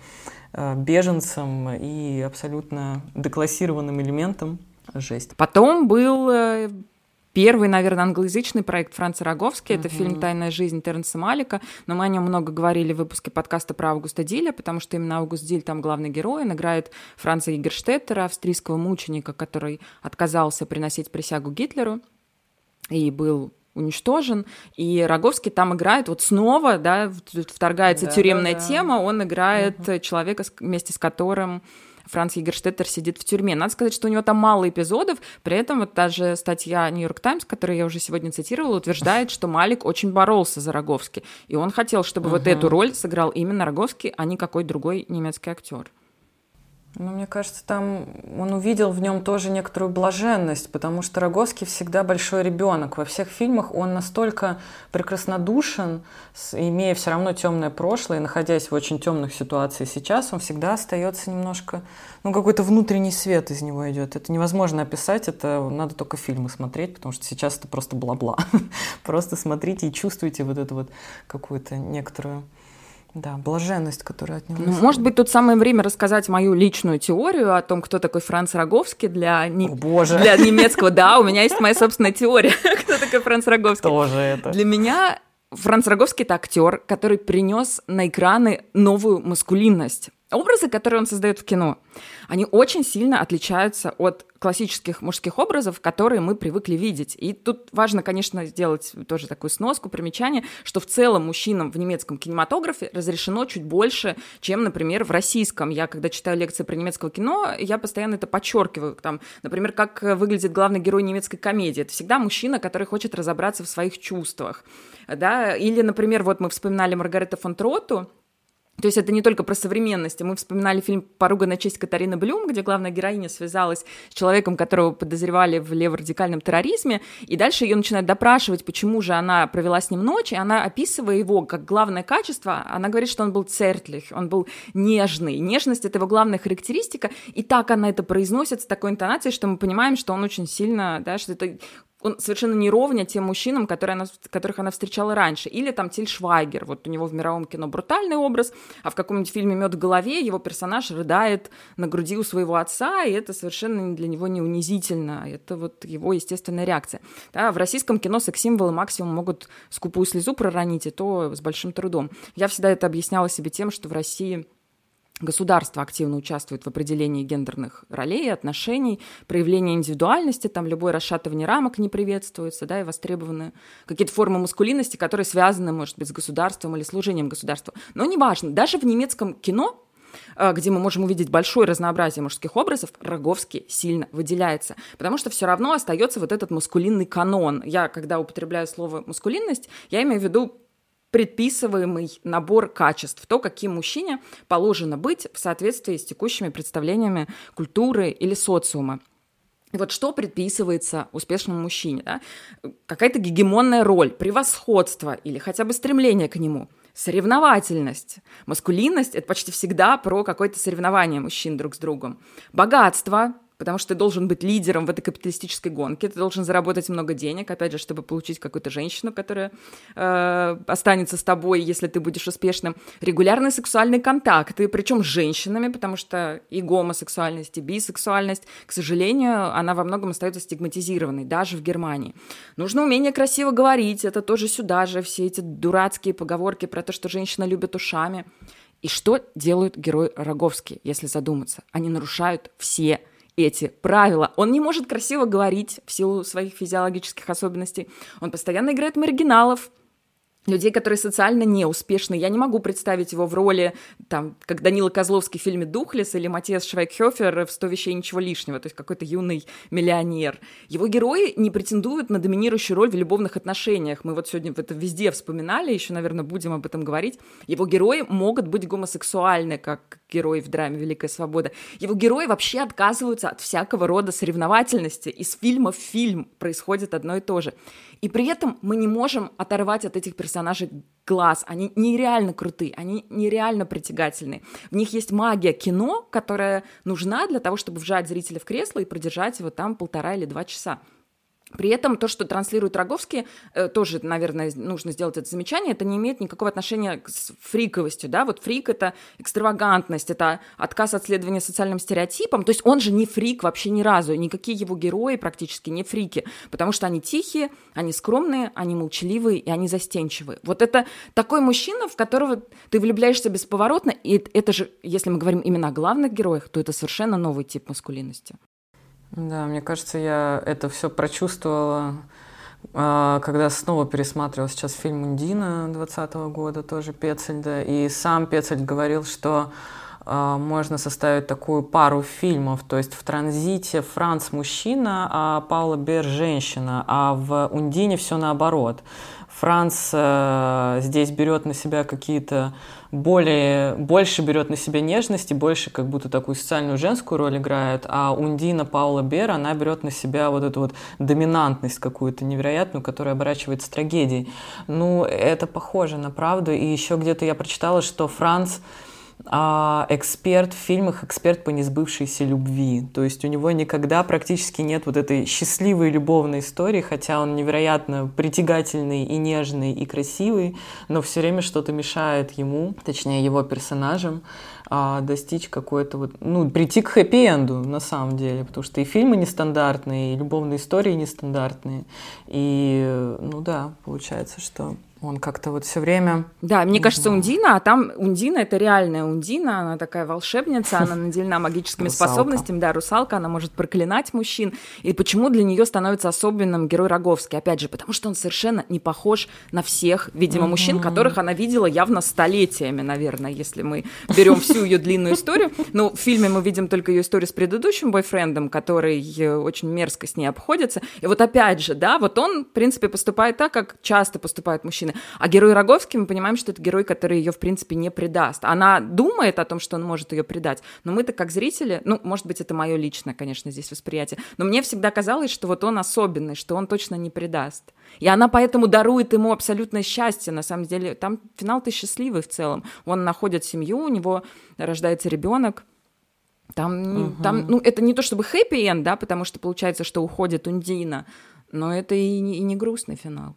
беженцем и абсолютно деклассированным элементом. Жесть. Потом был... Первый, наверное, англоязычный проект Франца Роговски, mm-hmm. это фильм «Тайная жизнь» Терренса Малика, но мы о нем много говорили в выпуске подкаста про Аугуста Диля, потому что именно Аугуст Диль там главный герой, он играет Франца Егерштеттера, австрийского мученика, который отказался приносить присягу Гитлеру и был уничтожен, и Роговский там играет, вот снова, да, вторгается да, тюремная да, да. тема, он играет mm-hmm. человека, вместе с которым Франц Егерштеттер сидит в тюрьме. Надо сказать, что у него там мало эпизодов, при этом вот та же статья «Нью-Йорк Таймс», которую я уже сегодня цитировала, утверждает, что Малик очень боролся за Роговски, и он хотел, чтобы uh-huh. вот эту роль сыграл именно Роговский, а не какой другой немецкий актер. Ну, мне кажется, там он увидел в нем тоже некоторую блаженность, потому что Роговский всегда большой ребенок. Во всех фильмах он настолько прекраснодушен, имея все равно темное прошлое, и находясь в очень темных ситуациях сейчас, он всегда остается немножко, ну, какой-то внутренний свет из него идет. Это невозможно описать, это надо только фильмы смотреть, потому что сейчас это просто бла-бла. Просто смотрите и чувствуйте вот эту вот какую-то некоторую... Да, блаженность, которая от него... Ну, может быть, тут самое время рассказать мою личную теорию о том, кто такой Франц Роговский для, не... О, боже. для немецкого. Да, у меня есть моя собственная теория, кто такой Франц Роговский. Тоже это. Для меня Франц Роговский — это актер, который принес на экраны новую маскулинность. Образы, которые он создает в кино, они очень сильно отличаются от классических мужских образов, которые мы привыкли видеть. И тут важно, конечно, сделать тоже такую сноску, примечание, что в целом мужчинам в немецком кинематографе разрешено чуть больше, чем, например, в российском. Я, когда читаю лекции про немецкое кино, я постоянно это подчеркиваю. Там, например, как выглядит главный герой немецкой комедии. Это всегда мужчина, который хочет разобраться в своих чувствах. Да? Или, например, вот мы вспоминали Маргарету фон Троту, То есть это не только про современность. Мы вспоминали фильм «Поруганная честь» Катарины Блюм, где главная героиня связалась с человеком, которого подозревали в леворадикальном терроризме, и дальше ее начинают допрашивать, почему же она провела с ним ночь, и она, описывая его как главное качество, она говорит, что он был цертлих, он был нежный. Нежность — это его главная характеристика, и так она это произносит с такой интонацией, что мы понимаем, что он очень сильно, да, что это... Он совершенно не ровня тем мужчинам, которые она, которых она встречала раньше. Или там Тиль Швайгер, вот у него в мировом кино брутальный образ, а в каком-нибудь фильме «Мёд в голове» его персонаж рыдает на груди у своего отца, и это совершенно для него не унизительно, это вот его естественная реакция. Да, в российском кино секс-символы максимум могут скупую слезу проронить, и то с большим трудом. Я всегда это объясняла себе тем, что в России... Государство активно участвует в определении гендерных ролей и отношений, проявление индивидуальности, там любое расшатывание рамок не приветствуется, да, и востребованы какие-то формы маскулинности, которые связаны, может быть, с государством или служением государству. Но неважно, даже в немецком кино, где мы можем увидеть большое разнообразие мужских образов, Роговский сильно выделяется, потому что все равно остается вот этот маскулинный канон. Я, когда употребляю слово «маскулинность», я имею в виду предписываемый набор качеств, то, каким мужчине положено быть в соответствии с текущими представлениями культуры или социума. И вот что предписывается успешному мужчине? Да? Какая-то гегемонная роль, превосходство или хотя бы стремление к нему, соревновательность. Маскулинность — это почти всегда про какое-то соревнование мужчин друг с другом. Богатство — потому что ты должен быть лидером в этой капиталистической гонке, ты должен заработать много денег, опять же, чтобы получить какую-то женщину, которая э, останется с тобой, если ты будешь успешным. Регулярные сексуальные контакты, причем с женщинами, потому что и гомосексуальность, и бисексуальность, к сожалению, она во многом остается стигматизированной, даже в Германии. Нужно умение красиво говорить, это тоже сюда же, все эти дурацкие поговорки про то, что женщина любит ушами. И что делают герои Роговский, если задуматься? Они нарушают все эти правила. Он не может красиво говорить в силу своих физиологических особенностей. Он постоянно играет маргиналов, людей, которые социально неуспешны. Я не могу представить его в роли, там, как Данила Козловский в фильме «Духлес» или Матиас Швайгхёфер в «сто вещей ничего лишнего», то есть какой-то юный миллионер. Его герои не претендуют на доминирующую роль в любовных отношениях. Мы вот сегодня это везде вспоминали, еще, наверное, будем об этом говорить. Его герои могут быть гомосексуальны, как герои в драме «Великая свобода». Его герои вообще отказываются от всякого рода соревновательности. Из фильма в фильм происходит одно и то же. И при этом мы не можем оторвать от этих персонажей глаз. Они нереально крутые, они нереально притягательные. В них есть магия кино, которая нужна для того, чтобы вжать зрителя в кресло и продержать его там полтора или два часа. При этом то, что транслирует Роговский, тоже, наверное, нужно сделать это замечание, это не имеет никакого отношения к фриковостью, да, вот фрик — это экстравагантность, это отказ от следования социальным стереотипам, то есть он же не фрик вообще ни разу, никакие его герои практически не фрики, потому что они тихие, они скромные, они молчаливые и они застенчивые. Вот это такой мужчина, в которого ты влюбляешься бесповоротно, и это же, если мы говорим именно о главных героях, то это совершенно новый тип маскулинности. Да, мне кажется, я это все прочувствовала, когда снова пересматривала сейчас фильм «Ундина» двадцатого года, тоже Пецельда, и сам Пецельд говорил, что можно составить такую пару фильмов, то есть в «Транзите» Франц мужчина, а Паула Бер женщина, а в «Ундине» все наоборот. Франц э, здесь берет на себя какие-то более, больше берет на себя нежности, больше как будто такую социальную женскую роль играет, а Ундина Паула Бер, она берет на себя вот эту вот доминантность какую-то невероятную, которая оборачивается трагедией. Ну, это похоже на правду, и еще где-то я прочитала, что Франц а эксперт в фильмах, эксперт по несбывшейся любви. То есть у него никогда практически нет вот этой счастливой любовной истории, хотя он невероятно притягательный и нежный и красивый, но все время что-то мешает ему, точнее его персонажам, достичь какой-то вот, ну, прийти к хэппи-энду на самом деле, потому что и фильмы нестандартные, и любовные истории нестандартные, и, ну да, получается, что он как-то вот все время... Да, мне кажется, Ундина, а там Ундина — это реальная Ундина, она такая волшебница, она наделена магическими способностями, да, русалка, она может проклинать мужчин. И почему для нее становится особенным герой Роговский? Опять же, потому что он совершенно не похож на всех, видимо, мужчин, которых она видела явно столетиями, наверное, если мы берем всю ее длинную историю. Ну, в фильме мы видим только ее историю с предыдущим бойфрендом, который очень мерзко с ней обходится. И вот опять же, да, вот он, в принципе, поступает так, как часто поступают мужчины. мужчины. А герой Роговский, мы понимаем, что это герой, который ее, в принципе, не предаст. Она думает о том, что он может ее предать, но мы-то как зрители, ну, может быть, это мое личное, конечно, здесь восприятие, но мне всегда казалось, что вот он особенный, что он точно не предаст. И она поэтому дарует ему абсолютное счастье, на самом деле. Там финал-то счастливый в целом. Он находит семью, у него рождается ребенок. Там, угу. там, ну, это не то чтобы хэппи-энд, да, потому что получается, что уходит Ундина, но это и не, и не грустный финал.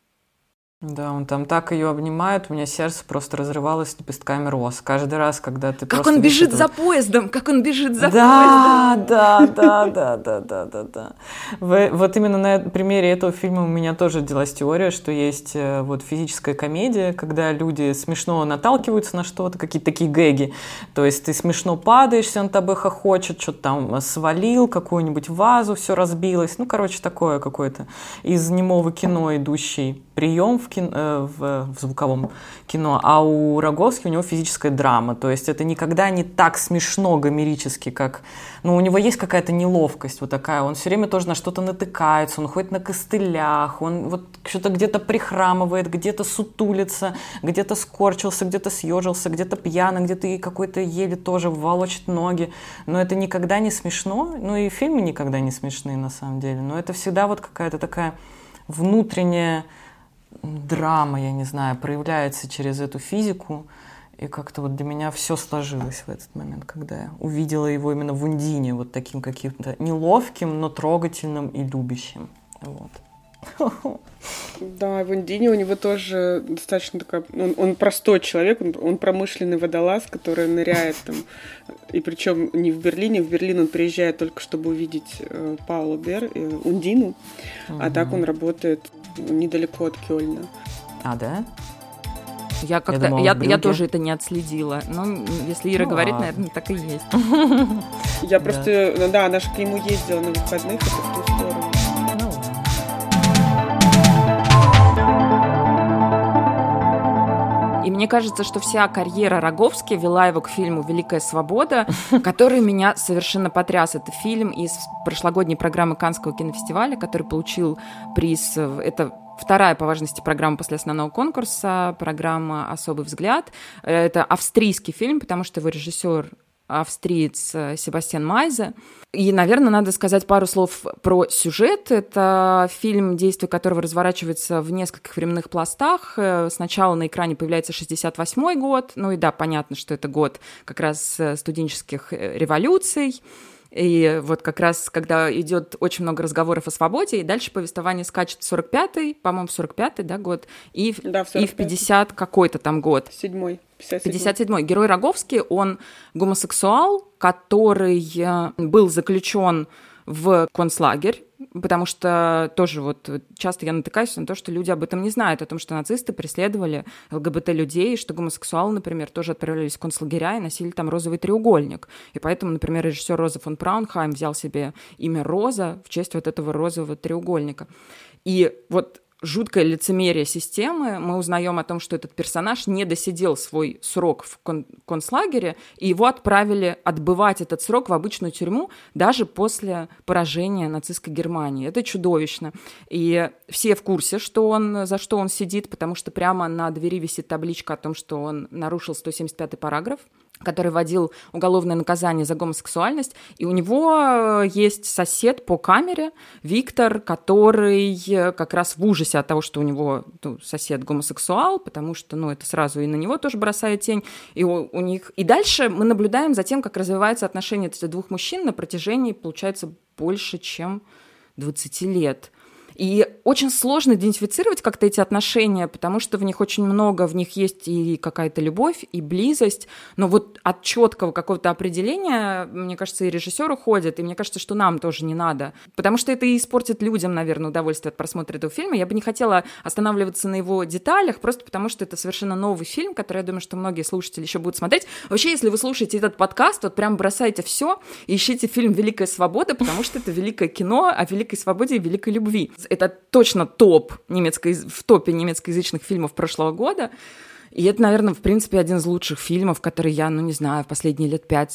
Да, он там так ее обнимает, у меня сердце просто разрывалось лепестками роз. Каждый раз, когда ты как просто... он бежит это... за поездом, как он бежит за да, поездом. Да, да, да, да, да, да, да. Вот именно на примере этого фильма у меня тоже родилась теория, что есть вот физическая комедия, когда люди смешно наталкиваются на что-то, какие-то такие гэги. То есть ты смешно падаешь, он тобой хохочет, что-то там свалил, какую-нибудь вазу, все разбилось. Ну, короче, такое какое-то из немого кино идущий прием в, кино, в, в звуковом кино, а у Роговски у него физическая драма, то есть это никогда не так смешно гомерически, как, ну, у него есть какая-то неловкость вот такая, он все время тоже на что-то натыкается, он ходит на костылях, он вот что-то где-то прихрамывает, где-то сутулится, где-то скорчился, где-то съежился, где-то пьяный, где-то и какой-то еле тоже волочит ноги, но это никогда не смешно, ну и фильмы никогда не смешные на самом деле, но это всегда вот какая-то такая внутренняя драма, я не знаю, проявляется через эту физику, и как-то вот для меня все сложилось в этот момент, когда я увидела его именно в Ундине, вот таким каким-то неловким, но трогательным и любящим. Вот. Да, в Ундине у него тоже достаточно такая... Он, он простой человек, он, он промышленный водолаз, который ныряет там, и причем не в Берлине, в Берлин он приезжает только чтобы увидеть э, Паулу Бер, э, Ундину, угу. А так он работает недалеко от Кёльна. А, да? Я как-то, я, думала, я, я тоже это не отследила. Но если Ира ну, говорит, а... наверное, так и есть. Я просто, да. да, она же к нему ездила на выходных, это в ту сторону. И мне кажется, что вся карьера Роговски вела его к фильму «Великая свобода», который меня совершенно потряс. Это фильм из прошлогодней программы Каннского кинофестиваля, который получил приз. Это вторая по важности программа после основного конкурса, программа «Особый взгляд». Это австрийский фильм, потому что его режиссер австриец Себастьян Майзе. И, наверное, надо сказать пару слов про сюжет. Это фильм, действие которого разворачивается в нескольких временных пластах. Сначала на экране появляется шестьдесят восьмой год. Ну и да, понятно, что это год как раз студенческих революций. И вот как раз, когда идет очень много разговоров о свободе, и дальше повествование скачет в сорок пятый, по-моему, в сорок пятый, да, год, и, да, в, и в пятидесятый какой-то там год. Седьмой. пятьдесят седьмой. Герой Роговский, он гомосексуал, который был заключен в концлагерь, потому что тоже вот часто я натыкаюсь на то, что люди об этом не знают, о том, что нацисты преследовали ЛГБТ-людей, что гомосексуалы, например, тоже отправлялись в концлагеря и носили там розовый треугольник. И поэтому, например, режиссер Роза фон Праунхайм взял себе имя Роза в честь вот этого розового треугольника. И вот жуткое лицемерие системы, мы узнаем о том, что этот персонаж не досидел свой срок в кон- концлагере, и его отправили отбывать этот срок в обычную тюрьму даже после поражения нацистской Германии. Это чудовищно. И все в курсе, что он, за что он сидит, потому что прямо на двери висит табличка о том, что он нарушил сто семьдесят пятый параграф, который вводил уголовное наказание за гомосексуальность, и у него есть сосед по камере, Виктор, который как раз в ужасе от того, что у него ну, сосед гомосексуал, потому что ну, это сразу и на него тоже бросает тень, и у, у них... И дальше мы наблюдаем за тем, как развиваются отношения этих двух мужчин на протяжении, получается, больше, чем двадцать лет. И очень сложно идентифицировать как-то эти отношения, потому что в них очень много, в них есть и какая-то любовь, и близость, но вот от четкого какого-то определения, мне кажется, и режиссер уходит, и мне кажется, что нам тоже не надо, потому что это и испортит людям, наверное, удовольствие от просмотра этого фильма. Я бы не хотела останавливаться на его деталях, просто потому что это совершенно новый фильм, который, я думаю, что многие слушатели еще будут смотреть. Вообще, если вы слушаете этот подкаст, вот прям бросайте все и ищите фильм «Великая свобода», потому что это великое кино о великой свободе и великой любви. Это точно топ немецко... в топе немецкоязычных фильмов прошлого года. И это, наверное, в принципе, один из лучших фильмов, который я, ну, не знаю, в последние лет пять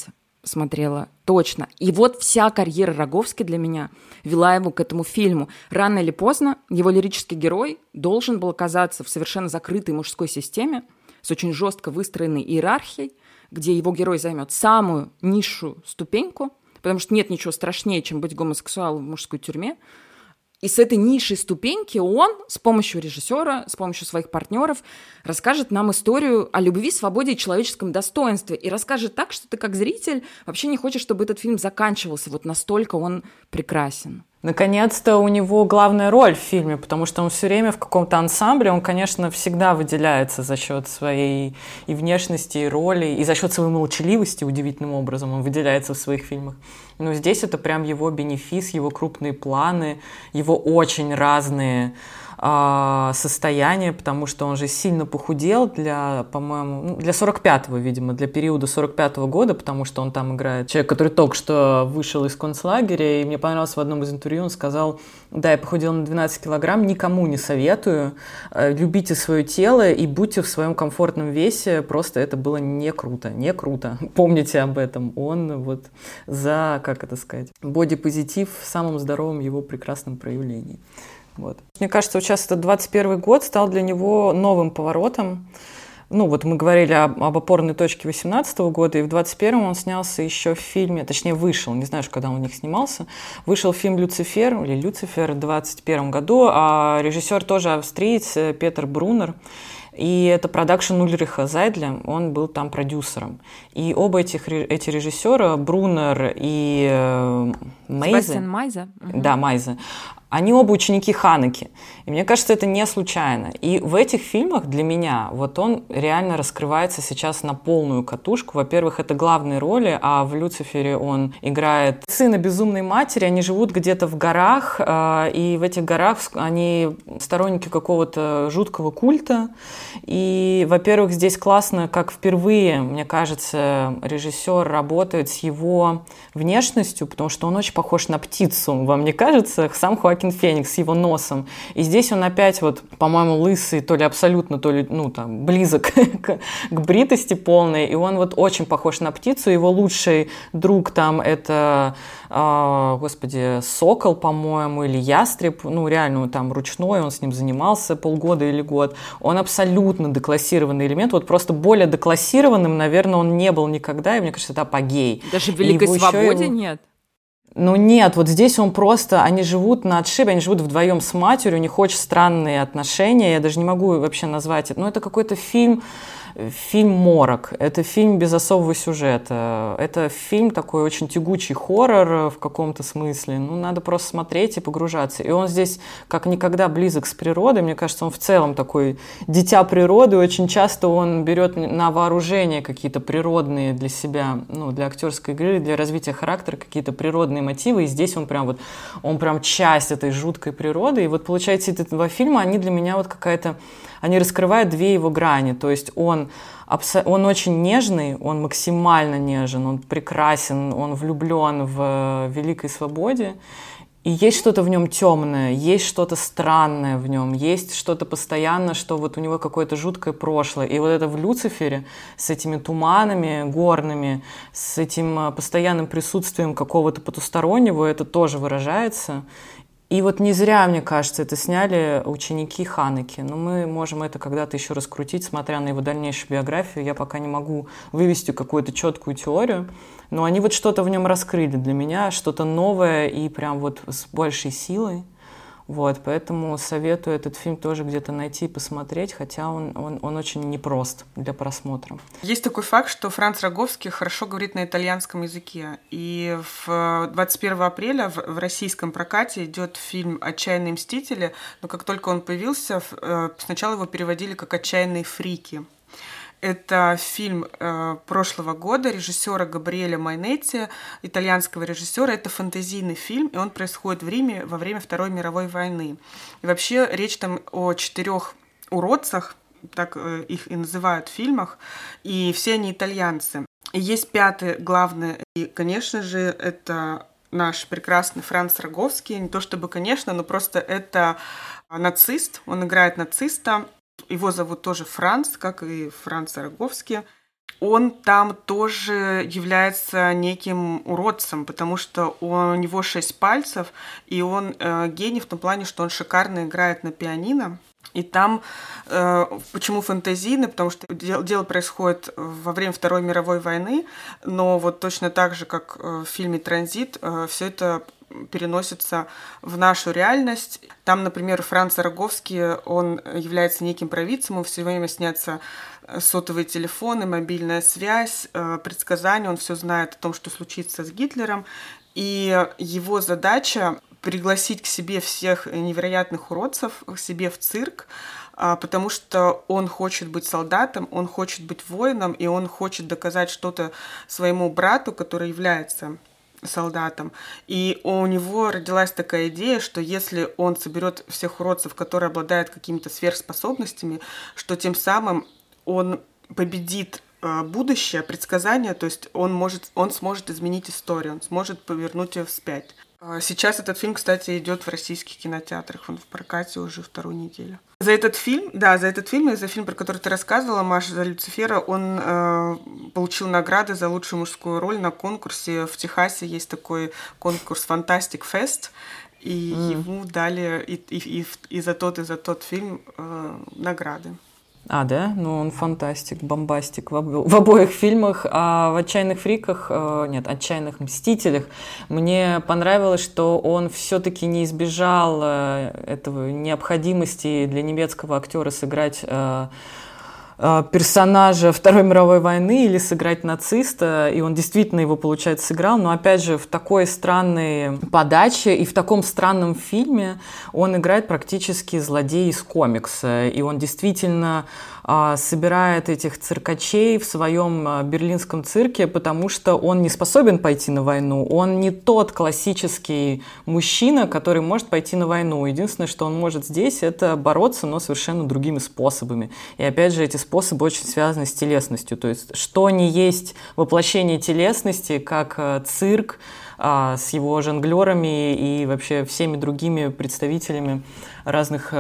смотрела, точно. И вот вся карьера Роговски для меня вела его к этому фильму. Рано или поздно его лирический герой должен был оказаться в совершенно закрытой мужской системе с очень жестко выстроенной иерархией, где его герой займет самую низшую ступеньку, потому что нет ничего страшнее, чем быть гомосексуалом в мужской тюрьме. И с этой низшей ступеньки он с помощью режиссера, с помощью своих партнеров расскажет нам историю о любви, свободе и человеческом достоинстве. И расскажет так, что ты как зритель вообще не хочешь, чтобы этот фильм заканчивался. Вот настолько он прекрасен. Наконец-то у него главная роль в фильме, потому что он все время в каком-то ансамбле, он, конечно, всегда выделяется за счет своей и внешности, и роли, и за счет своей молчаливости удивительным образом он выделяется в своих фильмах. Но здесь это прям его бенефис, его крупные планы, его очень разные э, состояния, потому что он же сильно похудел для, по-моему, ну, для сорок пятого, видимо, для периода сорок пятого года, потому что он там играет человек, который только что вышел из концлагеря, и мне понравилось в одном из интервью, он сказал: да, я похудел на двенадцать килограмм, никому не советую, любите свое тело и будьте в своем комфортном весе, просто это было не круто, не круто, помните об этом, он вот за, как это сказать, бодипозитив в самом здоровом его прекрасном проявлении. Вот. Мне кажется, вот сейчас этот двадцать первый год стал для него новым поворотом. Ну, вот мы говорили об, об опорной точке восемнадцатого года, и в двадцать первом он снялся еще в фильме, точнее, вышел, не знаю, когда он у них снимался, вышел фильм «Люцифер», или «Люцифер» в двадцать первом году, а режиссер тоже австриец Петер Брунер, и это продакшн Ульриха Зайдля, он был там продюсером. И оба этих, эти режиссера, Брунер и э, Мейзе, Себастьян Майзе, да, Майзе, они оба ученики Ханеке. И мне кажется, это не случайно. И в этих фильмах для меня вот он реально раскрывается сейчас на полную катушку. Во-первых, это главные роли, а в «Люцифере» он играет сына безумной матери. Они живут где-то в горах, и в этих горах они сторонники какого-то жуткого культа. И, во-первых, здесь классно, как впервые, мне кажется, режиссер работает с его внешностью, потому что он очень похож на птицу. Вам не кажется? Сам Хоакин Феникс с его носом. И здесь он опять, вот, по-моему, лысый, то ли абсолютно, то ли, ну, там, близок к, к бритости полной. И он вот очень похож на птицу. Его лучший друг там это, э, господи, сокол, по-моему, или ястреб. Ну, реально, он там ручной, он с ним занимался полгода или год. Он абсолютно деклассированный элемент. Вот просто более деклассированным, наверное, он не был никогда. И мне кажется, это апогей. Даже в «Великой свободе» его... нет. Ну нет, вот здесь он просто, они живут на отшибе, они живут вдвоем с матерью, у них очень странные отношения, я даже не могу вообще назвать это, но это какой-то фильм, фильм «Морок», это фильм без особого сюжета, это фильм такой очень тягучий хоррор в каком-то смысле, ну надо просто смотреть и погружаться, и он здесь как никогда близок с природой, мне кажется, он в целом такой дитя природы, очень часто он берет на вооружение какие-то природные для себя, ну для актерской игры, для развития характера какие-то природные мотивы, и здесь он прям вот, он прям часть этой жуткой природы, и вот получается эти два фильма, они для меня вот какая-то, они раскрывают две его грани, то есть он, он очень нежный, он максимально нежен, он прекрасен, он влюблен в «Великой свободе», и есть что-то в нем темное, есть что-то странное в нем, есть что-то постоянно, что вот у него какое-то жуткое прошлое. И вот это в «Люцифере» с этими туманами горными, с этим постоянным присутствием какого-то потустороннего, это тоже выражается. И вот не зря, мне кажется, это сняли ученики Ханеке. Но мы можем это когда-то еще раскрутить, смотря на его дальнейшую биографию. Я пока не могу вывести какую-то четкую теорию. Но они вот что-то в нем раскрыли для меня, что-то новое и прям вот с большей силой. Вот, поэтому советую этот фильм тоже где-то найти и посмотреть, хотя он, он, он очень непрост для просмотра. Есть такой факт, что Франц Роговский хорошо говорит на итальянском языке. И в двадцать первого апреля в, в российском прокате идет фильм «Отчаянные мстители», но как только он появился, сначала его переводили как «Отчаянные фрики». Это фильм э, прошлого года режиссера Габриэля Майнетти, итальянского режиссера. Это фэнтезийный фильм, и он происходит в Риме во время Второй мировой войны. И вообще речь там о четырех уродцах, так э, их и называют в фильмах, и все они итальянцы. И есть пятый главный, и, конечно же, это наш прекрасный Франц Роговский. Не то чтобы, конечно, но просто это нацист, он играет нациста. Его зовут тоже Франц, как и Франц Роговский. он там тоже является неким уродцем, потому что у него шесть пальцев, и он э, гений в том плане, что он шикарно играет на пианино. И там, э, почему фэнтезийно, потому что дело, дело происходит во время Второй мировой войны, но вот точно так же, как в фильме «Транзит», э, все это переносится в нашу реальность. Там, например, Франц Роговский, он является неким провидцем, ему все время снятся сотовые телефоны, мобильная связь, предсказания, он все знает о том, что случится с Гитлером, и его задача пригласить к себе всех невероятных уродцев, к себе в цирк, потому что он хочет быть солдатом, он хочет быть воином, и он хочет доказать что-то своему брату, который является солдатом. И у него родилась такая идея, что если он соберет всех уродцев, которые обладают какими-то сверхспособностями, что тем самым он победит будущее, предсказание, то есть он, может, он сможет изменить историю, он сможет повернуть ее вспять. Сейчас этот фильм, кстати, идет в российских кинотеатрах, он в прокате уже вторую неделю. За этот фильм, да, за этот фильм и за фильм, про который ты рассказывала, Маша, за Люцифера, он э, получил награды за лучшую мужскую роль на конкурсе. В Техасе есть такой конкурс Fantastic Fest, и mm. ему дали и, и, и, и за тот, и за тот фильм э, награды. А, да? Ну, он фантастик, бомбастик в, об... в обоих фильмах. А в «Отчаянных фриках», э, нет, «Отчаянных мстителях» мне понравилось, что он все-таки не избежал э, этого необходимости для немецкого актера сыграть э, э, персонажа Второй мировой войны или сыграть нациста, и он действительно его, получается, сыграл, но, опять же, в такой странной подаче и в таком странном фильме он играет практически злодея из комикса, и он действительно э, собирает этих циркачей в своем э, берлинском цирке, потому что он не способен пойти на войну, он не тот классический мужчина, который может пойти на войну. Единственное, что он может здесь, это бороться, но совершенно другими способами. И, опять же, эти способы очень связаны с телесностью, то есть что не есть воплощение телесности, как э, цирк, с его жонглерами и вообще всеми другими представителями разных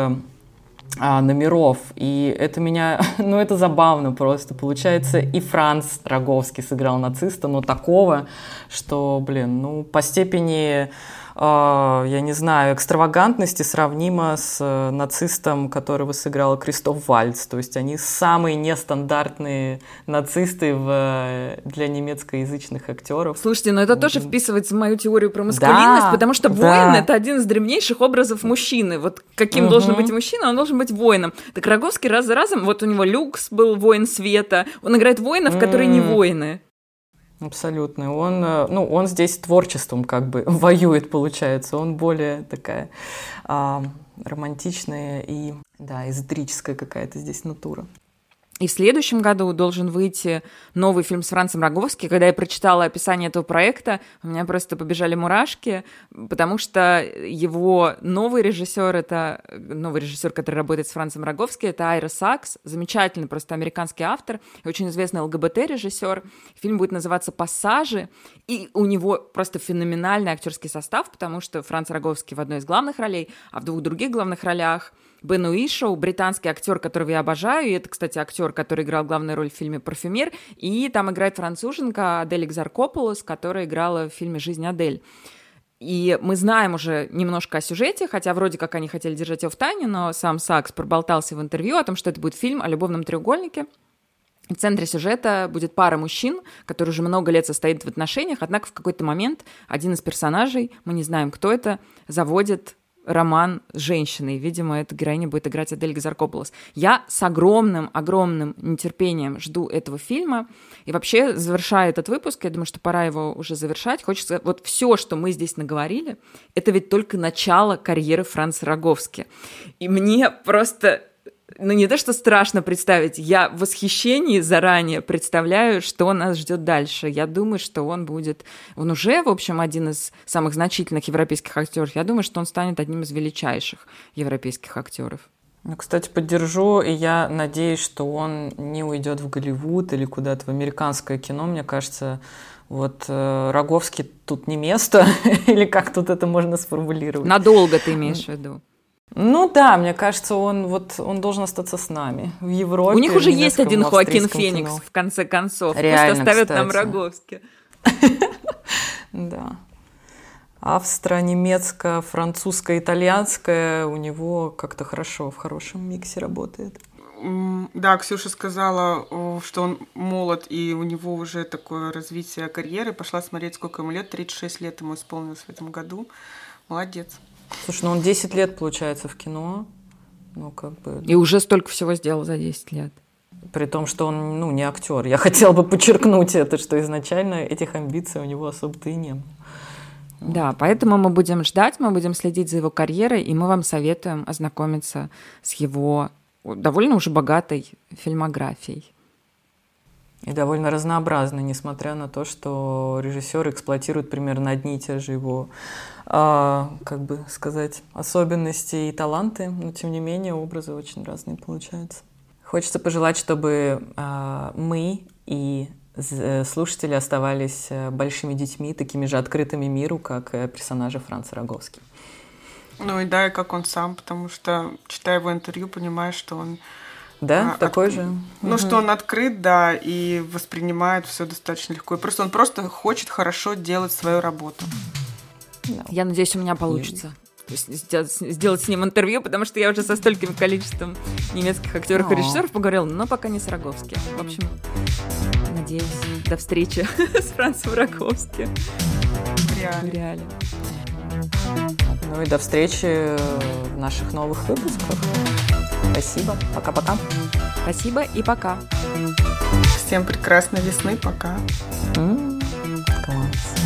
номеров. И это меня... Ну, это забавно просто. Получается, и Франц Роговский сыграл нациста, но такого, что, блин, ну, по степени... я не знаю, экстравагантности сравнимо с нацистом, которого сыграл Кристоф Вальц. То есть они самые нестандартные нацисты в, для немецкоязычных актеров. Слушайте, но это тоже вписывается в мою теорию про маскулинность, да, потому что воин да. — это один из древнейших образов мужчины. Вот каким угу. должен быть мужчина, он должен быть воином. Так Роговский раз за разом, вот у него Люкс был воин света, он играет воинов, которые mm. не воины. Абсолютно. Он, ну, он здесь творчеством как бы воюет, получается. Он более такая а, романтичная и, да, эзотерическая какая-то здесь натура. И в следующем году должен выйти новый фильм с Францем Роговским. Когда я прочитала описание этого проекта, у меня просто побежали мурашки, потому что его новый режиссер, это новый режиссер, который работает с Францем Роговским, это Айра Сакс, замечательный просто американский автор и очень известный ЛГБТ-режиссер. Фильм будет называться «Пассажи», и у него просто феноменальный актерский состав, потому что Франц Роговский в одной из главных ролей, а в двух других главных ролях Бен Уишоу, британский актер, которого я обожаю, и это, кстати, актер, который играл главную роль в фильме «Парфюмер», и там играет француженка Адель Экзаркополос, которая играла в фильме «Жизнь Адель». И мы знаем уже немножко о сюжете, хотя вроде как они хотели держать его в тайне, но сам Сакс проболтался в интервью о том, что это будет фильм о любовном треугольнике. В центре сюжета будет пара мужчин, которые уже много лет состоят в отношениях, однако в какой-то момент один из персонажей, мы не знаем, кто это, заводит роман с женщиной. Видимо, эту героиню будет играть Адель Экзаркополос. Я с огромным-огромным нетерпением жду этого фильма. И вообще, завершая этот выпуск, я думаю, что пора его уже завершать. Хочется сказать, вот все, что мы здесь наговорили, это ведь только начало карьеры Франца Роговски. И мне просто... Ну, не то, что страшно представить, я в восхищении заранее представляю, что нас ждет дальше. Я думаю, что он будет... Он уже, в общем, один из самых значительных европейских актеров. Я думаю, что он станет одним из величайших европейских актеров. Ну, кстати, поддержу, и я надеюсь, что он не уйдет в Голливуд или куда-то в американское кино. Мне кажется, вот э, Роговский тут не место, или как тут это можно сформулировать? Надолго ты имеешь в виду? Ну да, мне кажется, он вот он должен остаться с нами в Европе. У них уже есть один Хоакин кино. Феникс, в конце концов. Реально, пусть оставят кстати. нам Роговски. Да. Австро-немецкая, французская, итальянская у него как-то хорошо, в хорошем миксе работает. Да, Ксюша сказала, что он молод, и у него уже такое развитие карьеры. Пошла смотреть, сколько ему лет. тридцать шесть лет ему исполнилось в этом году. Молодец. Слушай, ну он десять лет, получается, в кино. Ну, как бы... И уже столько всего сделал за десять лет. При том, что он, ну, не актер. Я хотела бы подчеркнуть это, что изначально этих амбиций у него особо-то и не было. Да, поэтому мы будем ждать, мы будем следить за его карьерой, и мы вам советуем ознакомиться с его довольно уже богатой фильмографией. И довольно разнообразной, несмотря на то, что режиссеры эксплуатируют примерно одни и те же его, э, как бы сказать, особенности и таланты, но тем не менее образы очень разные получаются. Хочется пожелать, чтобы э, мы и слушатели оставались большими детьми, такими же открытыми миру, как персонажи Франца Роговски. Ну и да, и как он сам, потому что, читая его интервью, понимаешь, что он... Да, а, такой от... же. Ну, угу. что он открыт, да, и воспринимает все достаточно легко. И просто он просто хочет хорошо делать свою работу. Да. Я надеюсь, у меня получится. Сделать, сделать с ним интервью, потому что я уже со стольким количеством немецких актеров и режиссеров поговорила, но пока не с Роговски. В общем, надеюсь, до встречи с Францем Роговски. В реале. В реале. Ну и до встречи в наших новых выпусках. Спасибо. Пока-пока. Спасибо и пока. Всем прекрасной весны. Пока. М-м, класс.